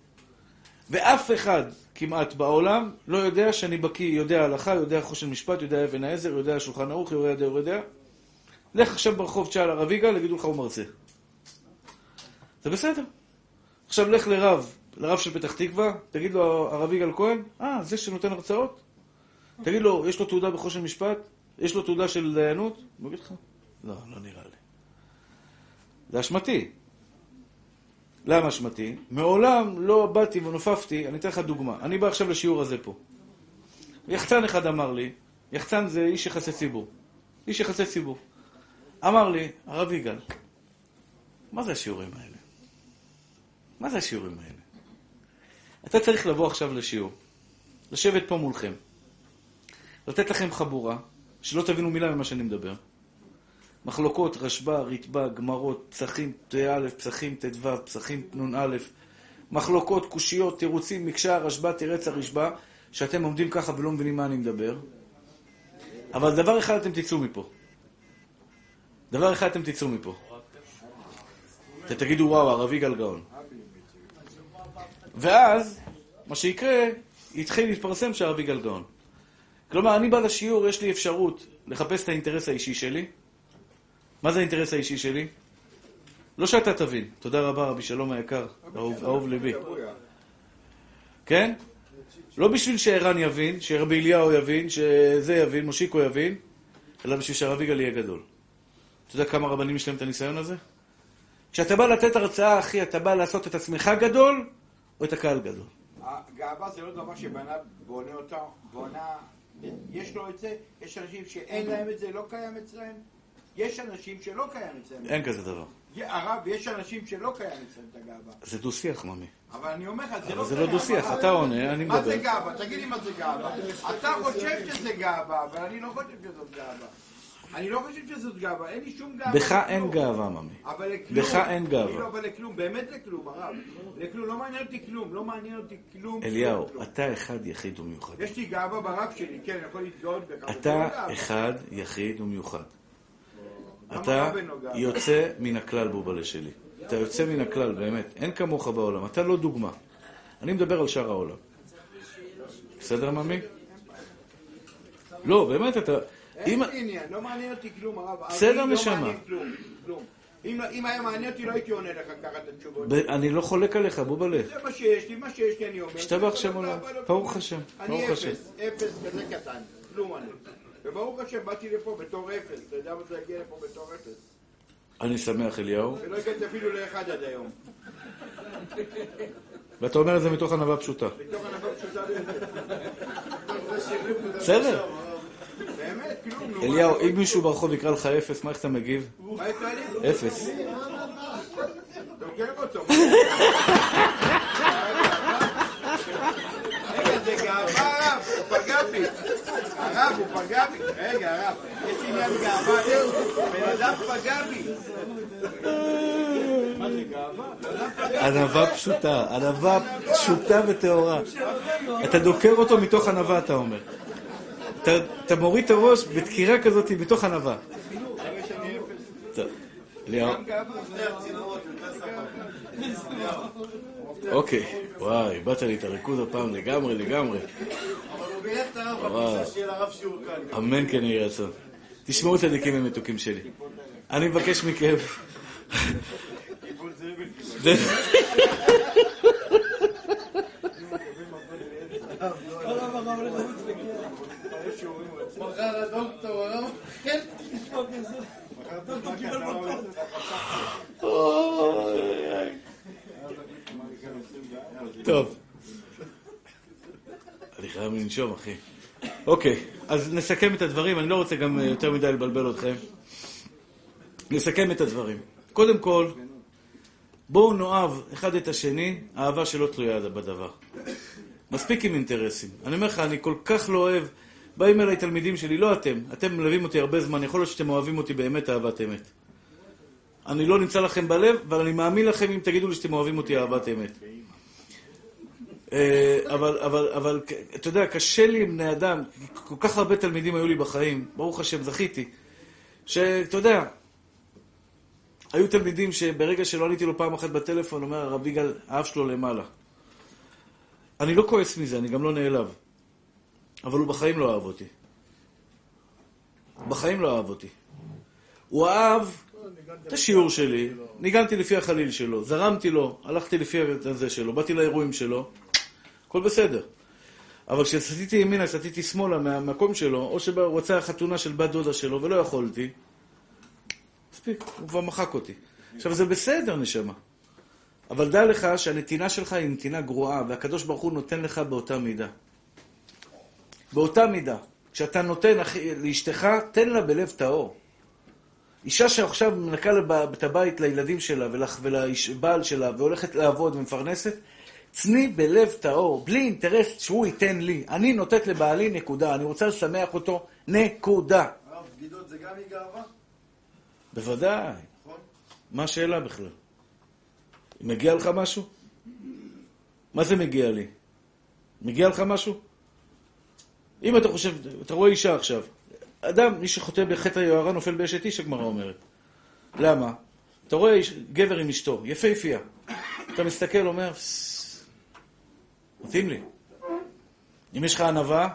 ואף אחד כמעט בעולם לא יודע שאני בקי, יודע הלכה, יודע חושן משפט, יודע אבן העזר, יודע שולחן ערוך, יודע, יודע, יודע. לך עכשיו ברחוב תשאל הרב יגאל, יגידו לך הוא מרצה. זה בסדר. עכשיו לך לרב, לרב של פתח תקווה, תגיד לו, הרב יגאל כהן, אה, זה שנותן הרצאות? תגיד לו, יש לו תעודה בחושן משפט? יש לו תעודה של דיינות? הוא יגיד לך? לא, לא נראה לי. זה אשמתי. למה אשמתי? מעולם לא באתי ונופפתי, אני אתן לך דוגמה. אני בא עכשיו לשיעור הזה פה. יחצן אחד אמר לי, יחצן זה איש יחסי ציבור. איש יחסי ציבור. אמר לי, הרב יגאל, מה זה השיעורים האלה? מה זה השיעורים האלה? אתה צריך לבוא עכשיו לשיעור, לשבת פה מולכם, לתת לכם חבורה, שלא תבינו מילה ממה שאני מדבר. מחלוקות, רשב"א, רתב"א, גמרות, פסחים, ת' פסחים, ת' פסחים, נ' א', מחלוקות, קושיות, תירוצים, מקשה, רשב"א, תירץ הרשב"א, שאתם עומדים ככה ולא מבינים מה אני מדבר. אבל דבר אחד אתם תצאו מפה. דבר אחד אתם תצאו מפה. אתם תגידו, וואו, הרב יגאל גאון. ואז, מה שיקרה, יתחיל להתפרסם שהרב יגאל גאון. כלומר, אני בא לשיעור, יש לי אפשרות לחפש את האינטרס האישי שלי. מה זה האינטרס האישי שלי? לא שאתה תבין. תודה רבה, רבי שלום היקר, אהוב ליבי. כן? לא בשביל שערן יבין, שרבי אליהו יבין, שזה יבין, מושיקו יבין, אלא בשביל שהרב יגאל יהיה גדול. אתה יודע כמה רבנים יש להם את הניסיון הזה? כשאתה בא לתת הרצאה, אחי, אתה בא לעשות את עצמך גדול, או את הקהל גדול? הגאווה זה לא דבר שבנה בונה אותה, בונה, יש לו את זה, יש אנשים שאין להם את זה, לא קיים אצלם. יש אנשים שלא קיים אצלם. אין כזה דבר. הרב, יש אנשים שלא קיים אצלם את הגאווה. זה דו שיח, ממי. אבל אני אומר לך, זה לא קיים. אבל זה לא דו שיח, אתה עונה, אני מדבר. מה זה גאווה? תגיד לי מה זה גאווה. אתה חושב שזה גאווה, אבל אני לא חושב שזאת גאווה. אני לא חושב שזאת גאווה, אין לי שום גאווה. בך אין גאווה, ממי. בך אין גאווה. אבל לכלום, באמת לכלום, הרב. לכלום, לא מעניין אותי כלום, לא מעניין אותי כלום. אליהו, אתה אחד יחיד ומיוחד. יש לי גאווה ברב שלי, כן, אני יכול להתגאות בך. אתה אחד יחיד ומיוחד. אתה יוצא מן הכלל, בובלה שלי. אתה יוצא מן הכלל, באמת. אין כמוך בעולם. אתה לא דוגמה. אני מדבר על שאר העולם. בסדר, ממי? לא, באמת, אתה... אין לי עניין, לא מעניין אותי כלום, הרב. בסדר, נשמה. אם היה מעניין אותי, לא הייתי עונה לך ככה את התשובות. אני לא חולק עליך, בובלה. זה מה שיש לי, מה שיש לי אני אומר. השתבח שם עולם. ברוך השם. אני אפס, אפס כזה קטן. כלום אני. וברוך השם, באתי לפה בתור אפס. אתה יודע מה זה להגיע לפה בתור אפס? אני שמח, אליהו. ולא הגעתי אפילו לאחד עד היום. ואתה אומר את זה מתוך ענווה פשוטה. מתוך ענווה פשוטה ביותר. בסדר. באמת, כלום. אליהו, אם מישהו ברחוב יקרא לך אפס, מה איך אתה מגיב? מה יקרא לי? אפס. דוקר אותו. רגע, זה גאווה הרב, הוא פגע בי. הרב, הוא פגע בי. רגע, הרב, יש עניין גאווה, בן אדם פגע בי. מה זה גאווה? ענווה פשוטה, ענווה פשוטה וטהורה. אתה דוקר אותו מתוך ענווה, אתה אומר. אתה מוריד את הראש בדקירה כזאת מתוך ענווה. טוב, אליהו. אוקיי, וואי, באת לי את הריכוז הפעם לגמרי, לגמרי. אמן כן יהי רצון. תשמעו צדיקים ומתוקים שלי. אני מבקש מכם. מחר הדוקטור, הרב? כן. הדוקטור קיבל מכות. טוב. אני חייב לנשום, אחי. אוקיי, אז נסכם את הדברים. אני לא רוצה גם יותר מדי לבלבל אתכם. נסכם את הדברים. קודם כל, בואו נאהב אחד את השני, אהבה שלא תלויה בדבר. מספיק עם אינטרסים. אני אומר לך, אני כל כך לא אוהב, באים אליי תלמידים שלי, לא אתם, אתם מלווים אותי הרבה זמן, יכול להיות שאתם אוהבים אותי באמת אהבת אמת. אני לא נמצא לכם בלב, אבל אני מאמין לכם אם תגידו לי שאתם אוהבים אותי אהבת אמת. אבל, אבל, אבל, אתה יודע, קשה לי עם בני אדם, כל כך הרבה תלמידים היו לי בחיים, ברוך השם, זכיתי, שאתה יודע, היו תלמידים שברגע שלא עניתי לו פעם אחת בטלפון, אומר, הרב יגאל, האף שלו למעלה. אני לא כועס מזה, אני גם לא נעלב. אבל הוא בחיים לא אהב אותי. בחיים לא אהב אותי. הוא אהב את השיעור שלי, ניגנתי לפי החליל שלו, זרמתי לו, הלכתי לפי הזה שלו, באתי לאירועים שלו, הכל בסדר. אבל כשסתיתי ימינה, סתיתי שמאלה מהמקום שלו, או שרוצה החתונה של בת דודה שלו ולא יכולתי, מספיק, הוא כבר מחק אותי. עכשיו זה בסדר נשמה, אבל דע לך שהנתינה שלך היא נתינה גרועה, והקדוש ברוך הוא נותן לך באותה מידה. באותה מידה. כשאתה נותן לאשתך, תן לה בלב טהור. אישה שעכשיו מנקה את הבית לילדים שלה ולבעל שלה והולכת לעבוד ומפרנסת, צני בלב טהור, בלי אינטרס שהוא ייתן לי. אני נותנת לבעלי נקודה, אני רוצה לשמח אותו נקודה. הרב, בגידות זה גם היא גאווה? בוודאי. נכון? מה השאלה בכלל? מגיע לך משהו? מה זה מגיע לי? מגיע לך משהו? אם אתה חושב, אתה רואה אישה עכשיו, אדם, מי שחוטא בחטא היוהרה נופל באשת איש, הגמרא אומרת. למה? אתה רואה איש, גבר עם אשתו, יפהפייה. אתה מסתכל, אומר, מתאים לי. אם יש לך ענווה,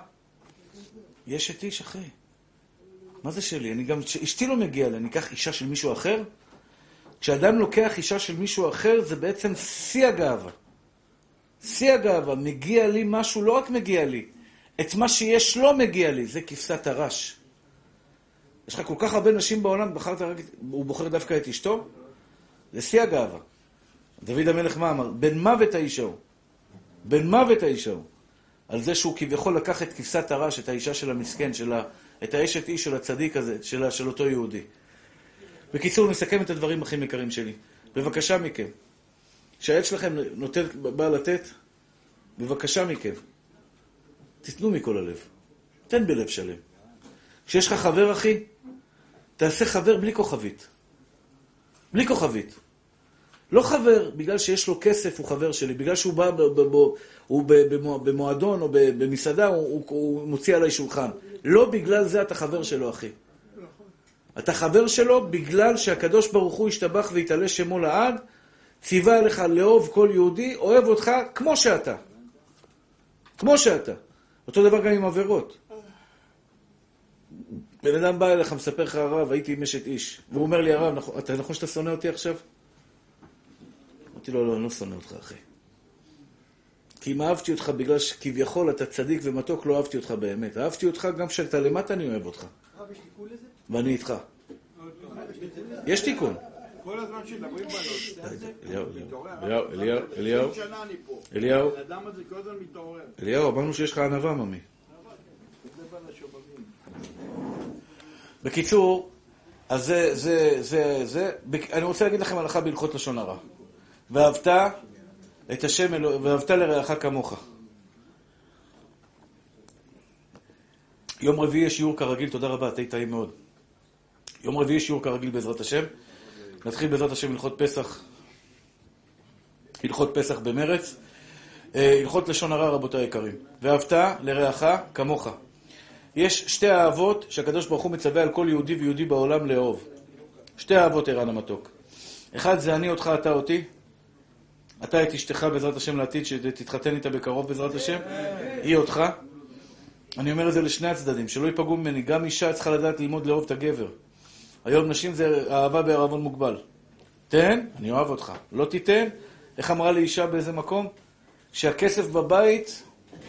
יש את איש, אחי. מה זה שלי? אני גם, אשתי לא מגיע לה, אני אקח אישה של מישהו אחר? כשאדם לוקח אישה של מישהו אחר, זה בעצם שיא הגאווה. שיא הגאווה, מגיע לי משהו, לא רק מגיע לי, את מה שיש לא מגיע לי, זה כבשת הרש. יש לך כל כך הרבה נשים בעולם, בחרת, הוא בוחר דווקא את אשתו? זה שיא הגאווה. דוד המלך מה אמר? בן מוות האישה הוא. בן מוות האישה הוא. על זה שהוא כביכול לקח את כבשת הרש, את האישה של המסכן, של ה, את האשת איש של הצדיק הזה, של, של אותו יהודי. בקיצור, נסכם את הדברים הכי יקרים שלי. בבקשה מכם. שהעת שלכם נותן, בא לתת, בבקשה מכם. תתנו מכל הלב. תן בלב שלם. כשיש לך חבר, אחי, תעשה חבר בלי כוכבית. בלי כוכבית. לא חבר בגלל שיש לו כסף, הוא חבר שלי. בגלל שהוא בא, ב- ב- ב- הוא במועדון או במסעדה, הוא, הוא, הוא מוציא עליי שולחן. לא בגלל זה אתה חבר שלו, אחי. אתה חבר שלו בגלל שהקדוש ברוך הוא ישתבח ויתעלה שמו לעד, ציווה עליך לאהוב כל יהודי, אוהב אותך כמו שאתה. כמו שאתה. אותו דבר גם עם עבירות. בן אדם בא אליך, מספר לך הרב, הייתי עם אשת איש. והוא אומר לי, הרב, אתה נכון שאתה שונא אותי עכשיו? אמרתי לו, לא, אני לא שונא אותך, אחי. כי אם אהבתי אותך בגלל שכביכול אתה צדיק ומתוק, לא אהבתי אותך באמת. אהבתי אותך גם כשאתה למטה, אני אוהב אותך. הרב, יש תיקון לזה? ואני איתך. יש תיקון. כל הזמן שמדברים בנו. אליהו, אליהו, אליהו, אליהו, אליהו, האדם הזה כל הזמן מתעורר. אליהו, אמרנו שיש לך ענווה, ממי. בקיצור, אז זה, זה, זה, זה, אני רוצה להגיד לכם הלכה בהלכות לשון הרע. ואהבת את השם, ואהבת לרעך כמוך. יום רביעי יש שיעור כרגיל, תודה רבה, תהי טעים מאוד. יום רביעי יש שיעור כרגיל בעזרת השם. נתחיל בעזרת השם הלכות פסח, הלכות פסח במרץ. הלכות לשון הרע, רבותיי היקרים. ואהבת לרעך כמוך. יש שתי אהבות שהקדוש ברוך הוא מצווה על כל יהודי ויהודי בעולם לאהוב. שתי אהבות, ערן המתוק. אחד זה אני אותך, אתה אותי. אתה את אשתך בעזרת השם לעתיד, שתתחתן איתה בקרוב בעזרת השם. היא אותך. אני אומר את זה לשני הצדדים, שלא ייפגעו ממני. גם אישה צריכה לדעת ללמוד לאהוב את הגבר. היום נשים זה אהבה בערבון מוגבל. תן, אני אוהב אותך. לא תיתן, איך אמרה לי אישה באיזה מקום? שהכסף בבית,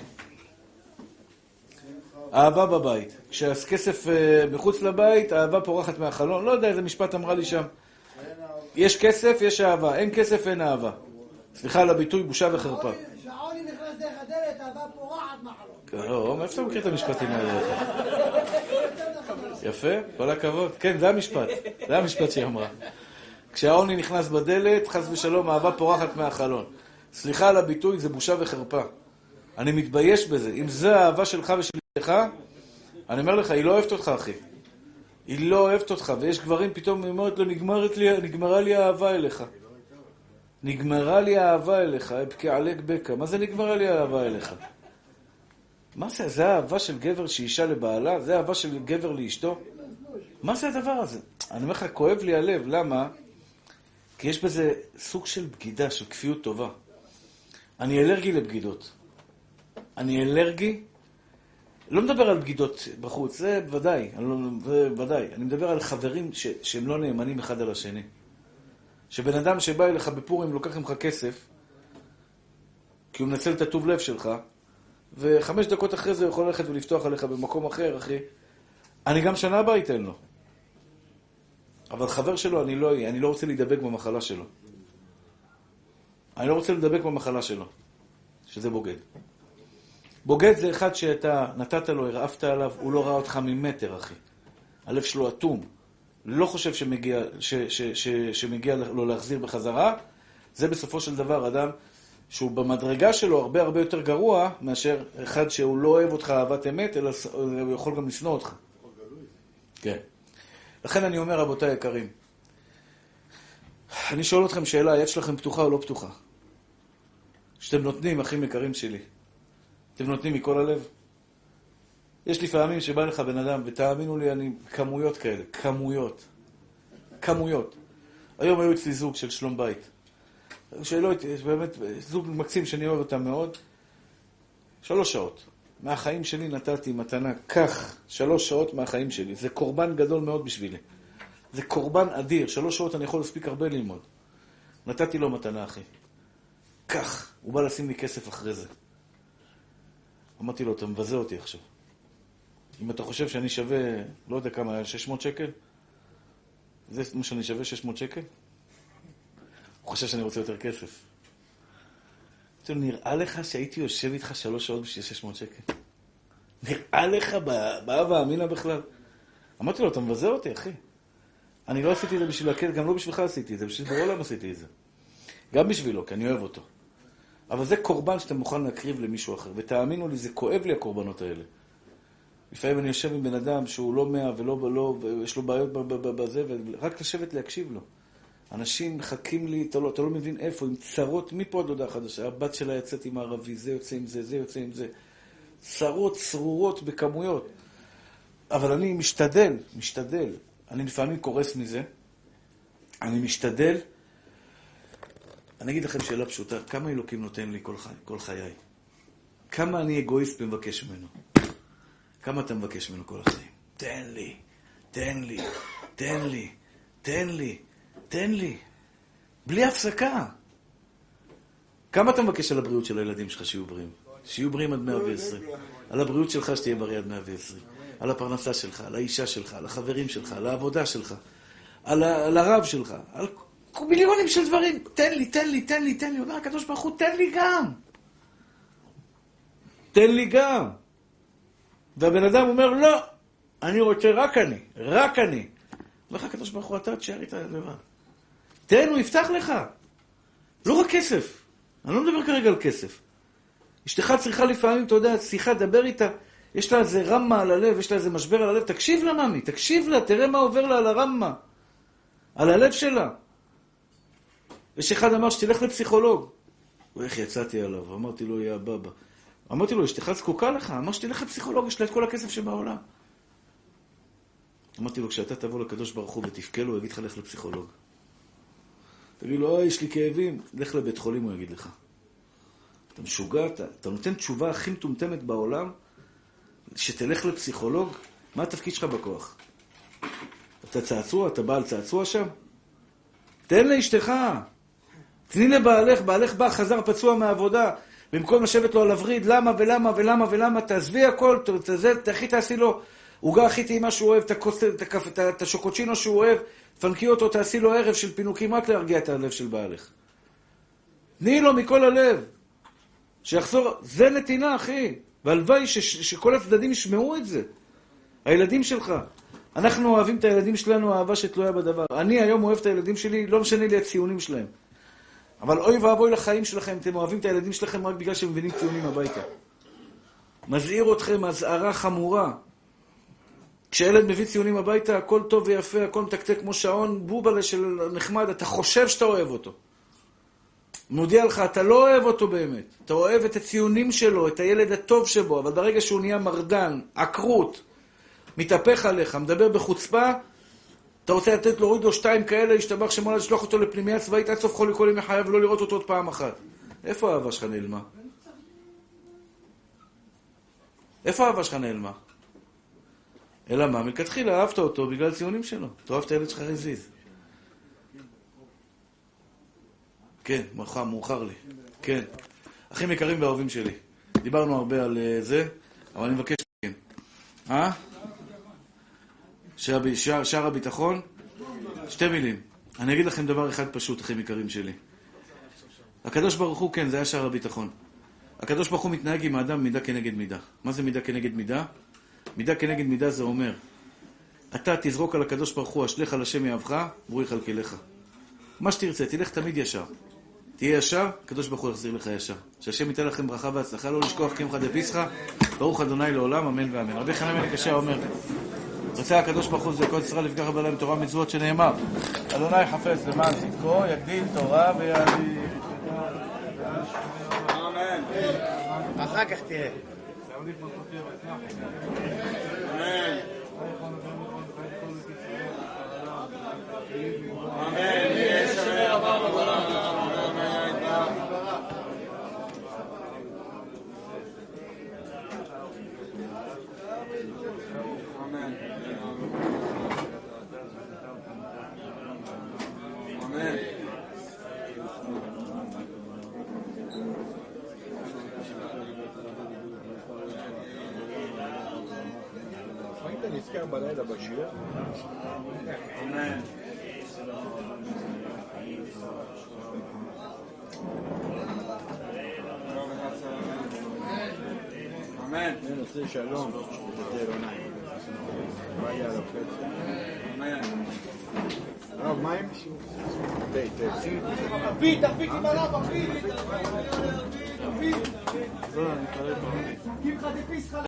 אהבה בבית. כשהכסף מחוץ לבית, אהבה פורחת מהחלון. לא יודע איזה משפט אמרה לי שם. יש כסף, יש אהבה. אין כסף, אין אהבה. סליחה על הביטוי, בושה וחרפה. שעוני נכנס דרך הדלת, אהבה פורחת מהחלון. לא, מאיפה אתה מכיר את המשפטים האלה? יפה, כל הכבוד. כן, זה המשפט. זה המשפט שהיא אמרה. כשהעוני נכנס בדלת, חס ושלום, אהבה פורחת מהחלון. סליחה על הביטוי, זה בושה וחרפה. אני מתבייש בזה. אם זה האהבה שלך ושלך, אני אומר לך, היא לא אוהבת אותך, אחי. היא לא אוהבת אותך. ויש גברים, פתאום היא אומרת לו, נגמרת לי, נגמרה לי האהבה אליך. נגמרה לי האהבה אליך. אבקי עלק בקה. מה זה נגמרה לי האהבה אליך? מה זה? זה האהבה של גבר שאישה לבעלה? זה האהבה של גבר לאשתו? מה זה הדבר הזה? אני אומר לך, כואב לי הלב. למה? כי יש בזה סוג של בגידה, של כפיות טובה. אני אלרגי לבגידות. אני אלרגי לא מדבר על בגידות בחוץ, זה בוודאי, זה בוודאי. אני מדבר על חברים ש, שהם לא נאמנים אחד על השני. שבן אדם שבא אליך בפורים לוקח ממך כסף, כי הוא מנצל את הטוב לב שלך, וחמש דקות אחרי זה הוא יכול ללכת ולפתוח עליך במקום אחר, אחי. אני גם שנה הבאה אתן לו. אבל חבר שלו אני לא אהיה, אני לא רוצה להידבק במחלה שלו. אני לא רוצה להידבק במחלה שלו, שזה בוגד. בוגד זה אחד שאתה נתת לו, הרעפת עליו, הוא לא ראה אותך ממטר, אחי. הלב שלו אטום. לא חושב שמגיע, ש, ש, ש, שמגיע לו להחזיר בחזרה. זה בסופו של דבר אדם שהוא במדרגה שלו הרבה הרבה יותר גרוע מאשר אחד שהוא לא אוהב אותך אהבת אמת, אלא הוא יכול גם לשנוא אותך. כן. לכן אני אומר, רבותיי יקרים, אני שואל אתכם שאלה, היד שלכם פתוחה או לא פתוחה? שאתם נותנים, אחים יקרים שלי. אתם נותנים מכל הלב? יש לי פעמים שבא לך בן אדם, ותאמינו לי, אני כמויות כאלה, כמויות. כמויות. היום היו אצלי זוג של שלום בית. שאלו אותי, באמת, זוג מקסים שאני אוהב אותם מאוד. שלוש שעות. מהחיים שלי נתתי מתנה כך, שלוש שעות מהחיים שלי. זה קורבן גדול מאוד בשבילי. זה קורבן אדיר. שלוש שעות אני יכול להספיק הרבה ללמוד. נתתי לו מתנה, אחי. כך. הוא בא לשים לי כסף אחרי זה. אמרתי לו, אתה מבזה אותי עכשיו. אם אתה חושב שאני שווה, לא יודע כמה, שש מאות שקל? זה מה שאני שווה, שש מאות שקל? הוא חושב שאני רוצה יותר כסף. אמרתי לו, נראה לך שהייתי יושב איתך שלוש שעות בשביל שש מאות שקל? נראה לך באב האמינה בכלל? אמרתי לו, אתה מבזה אותי, אחי. אני לא עשיתי את זה בשביל הכסף, גם לא בשבילך עשיתי את זה, בשביל בעולם עשיתי את זה. גם בשבילו, כי אני אוהב אותו. אבל זה קורבן שאתה מוכן להקריב למישהו אחר. ותאמינו לי, זה כואב לי הקורבנות האלה. לפעמים אני יושב עם בן אדם שהוא לא מאה ולא בלא, ויש לו בעיות בזה, ורק לשבת להקשיב לו. אנשים מחכים לי, אתה לא, אתה לא מבין איפה, עם צרות, מפה עד הודעה חדשה. הבת שלה יצאת עם הערבי, זה יוצא עם זה, זה יוצא עם זה. צרות, צרורות בכמויות. אבל אני משתדל, משתדל. אני לפעמים קורס מזה. אני משתדל. אני אגיד לכם שאלה פשוטה. כמה אלוקים נותן לי כל, חי, כל חיי? כמה אני אגואיסט מבקש ממנו? כמה אתה מבקש ממנו כל החיים? תן לי, תן לי, תן לי, תן לי, תן לי. בלי הפסקה. כמה אתה מבקש על הבריאות של הילדים שלך שיהיו בריאים? שיהיו בריאים עד מאה ועשרים. על הבריאות שלך שתהיה בריא עד מאה ועשרים. על הפרנסה שלך, על האישה שלך, על החברים שלך, על העבודה שלך, על, ה- על הרב שלך, על מיליונים של דברים. תן לי, תן לי, תן לי, תן לי. אומר הקדוש ברוך הוא, תן לי גם. תן לי גם. והבן אדם אומר, לא, אני רוצה רק אני, רק אני. אומר לך הקדוש ברוך הוא, אתה תשאר איתה לבד. תן, הוא יפתח לך. לא רק כסף. אני לא מדבר כרגע על כסף. אשתך צריכה לפעמים, אתה יודע, שיחה, דבר איתה. יש לה איזה רמה על הלב, יש לה איזה משבר על הלב. תקשיב לה, ממי, תקשיב לה, תראה מה עובר לה על הרמה. על הלב שלה. יש אחד אמר שתלך לפסיכולוג. ואיך יצאתי עליו? אמרתי לו, יא בבא. אמרתי לו, אשתך זקוקה לך. אמר שתלך לפסיכולוג, יש לה את כל הכסף שבעולם. אמרתי לו, כשאתה תבוא לקדוש ברוך הוא ותפקה לו, הוא יגיד לך, לך לפסיכולוג. תגיד לו, אוי, יש לי כאבים. לך לבית חולים, הוא יגיד לך. אתה משוגע, אתה, אתה נותן תשובה הכי מטומטמת בעולם, שתלך לפסיכולוג, מה התפקיד שלך בכוח? אתה צעצוע? אתה בא על צעצוע שם? תן לאשתך. תני לבעלך, בעלך בא, חזר פצוע מהעבודה, במקום לשבת לו על הוריד, למה ולמה ולמה ולמה, תעזבי הכל, תכי תעשי לו, עוגה הכי טעימה שהוא אוהב, את השוקוצ'ינו שהוא אוהב, תפנקי אותו, תעשי לו ערב של פינוקים, רק להרגיע את הלב של בעלך. תני לו מכל הלב. שיחזור, זה נתינה, אחי. והלוואי ש- ש- שכל הצדדים ישמעו את זה. הילדים שלך. אנחנו אוהבים את הילדים שלנו, אהבה שתלויה בדבר. אני היום אוהב את הילדים שלי, לא משנה לי הציונים שלהם. אבל אוי ואבוי לחיים שלכם, אתם אוהבים את הילדים שלכם רק בגלל שהם מבינים ציונים הביתה. מזהיר אתכם, הזהרה חמורה. כשילד מביא ציונים הביתה, הכל טוב ויפה, הכל מתקתק כמו שעון בובלה של נחמד, אתה חושב שאתה אוהב אותו. מודיע לך, אתה לא אוהב אותו באמת. אתה אוהב את הציונים שלו, את הילד הטוב שבו, אבל ברגע שהוא נהיה מרדן, עקרות, מתהפך עליך, מדבר בחוצפה, אתה רוצה לתת לו, הוריד לו שתיים כאלה, ישתבח שמולה, לשלוח אותו לפנימיה צבאית, עד סוף כל ימי חייו, ולא לראות אותו עוד פעם אחת. איפה האהבה שלך נעלמה? איפה האהבה שלך נעלמה? אלא מה? מלכתחילה אהבת אותו בגלל הציונים שלו. אתה אוהב את הילד שלך רזיז. כן, מאוחר, מאוחר לי. כן. אחים יקרים ואהובים שלי. דיברנו הרבה על uh, זה, אבל אני מבקש כן. אה? שער, שער, שער הביטחון? שתי מילים. אני אגיד לכם דבר אחד פשוט, אחים יקרים שלי. הקדוש ברוך הוא, כן, זה היה שער הביטחון. הקדוש ברוך הוא מתנהג עם האדם מידה כנגד מידה. מה זה מידה כנגד מידה? מידה כנגד מידה זה אומר, אתה תזרוק על הקדוש ברוך הוא, אשליך על השם יאהבך, והוא יכלכלך. מה שתרצה, תלך תמיד ישר. תהיה ישר, הקדוש ברוך הוא יחזיר לך ישר. שהשם ייתן לכם ברכה והצלחה, לא לשכוח קמחא דפסחא, ברוך אדוני לעולם, אמן ואמן. רבי חנן בן עקשיא אומר, רצה הקדוש ברוך הוא זכות ישראל לפגח בלהם תורה מצוות שנאמר, אדוני חפץ למען צדקו, יגדיל תורה ויאדיר. אמן. אחר כך תראה. אמן. אמן. יש עליה בעולם. נזכר בלילה בשיר. אמן. אמן. זה נושא שלום. זה עוניים. מה היה על הפצע? אמן. הרב, מה עם? תה, תה. תרביט, תרביט עם הרב, תרביט. תרביט. לא, אני קראת. קמחא דפסחא.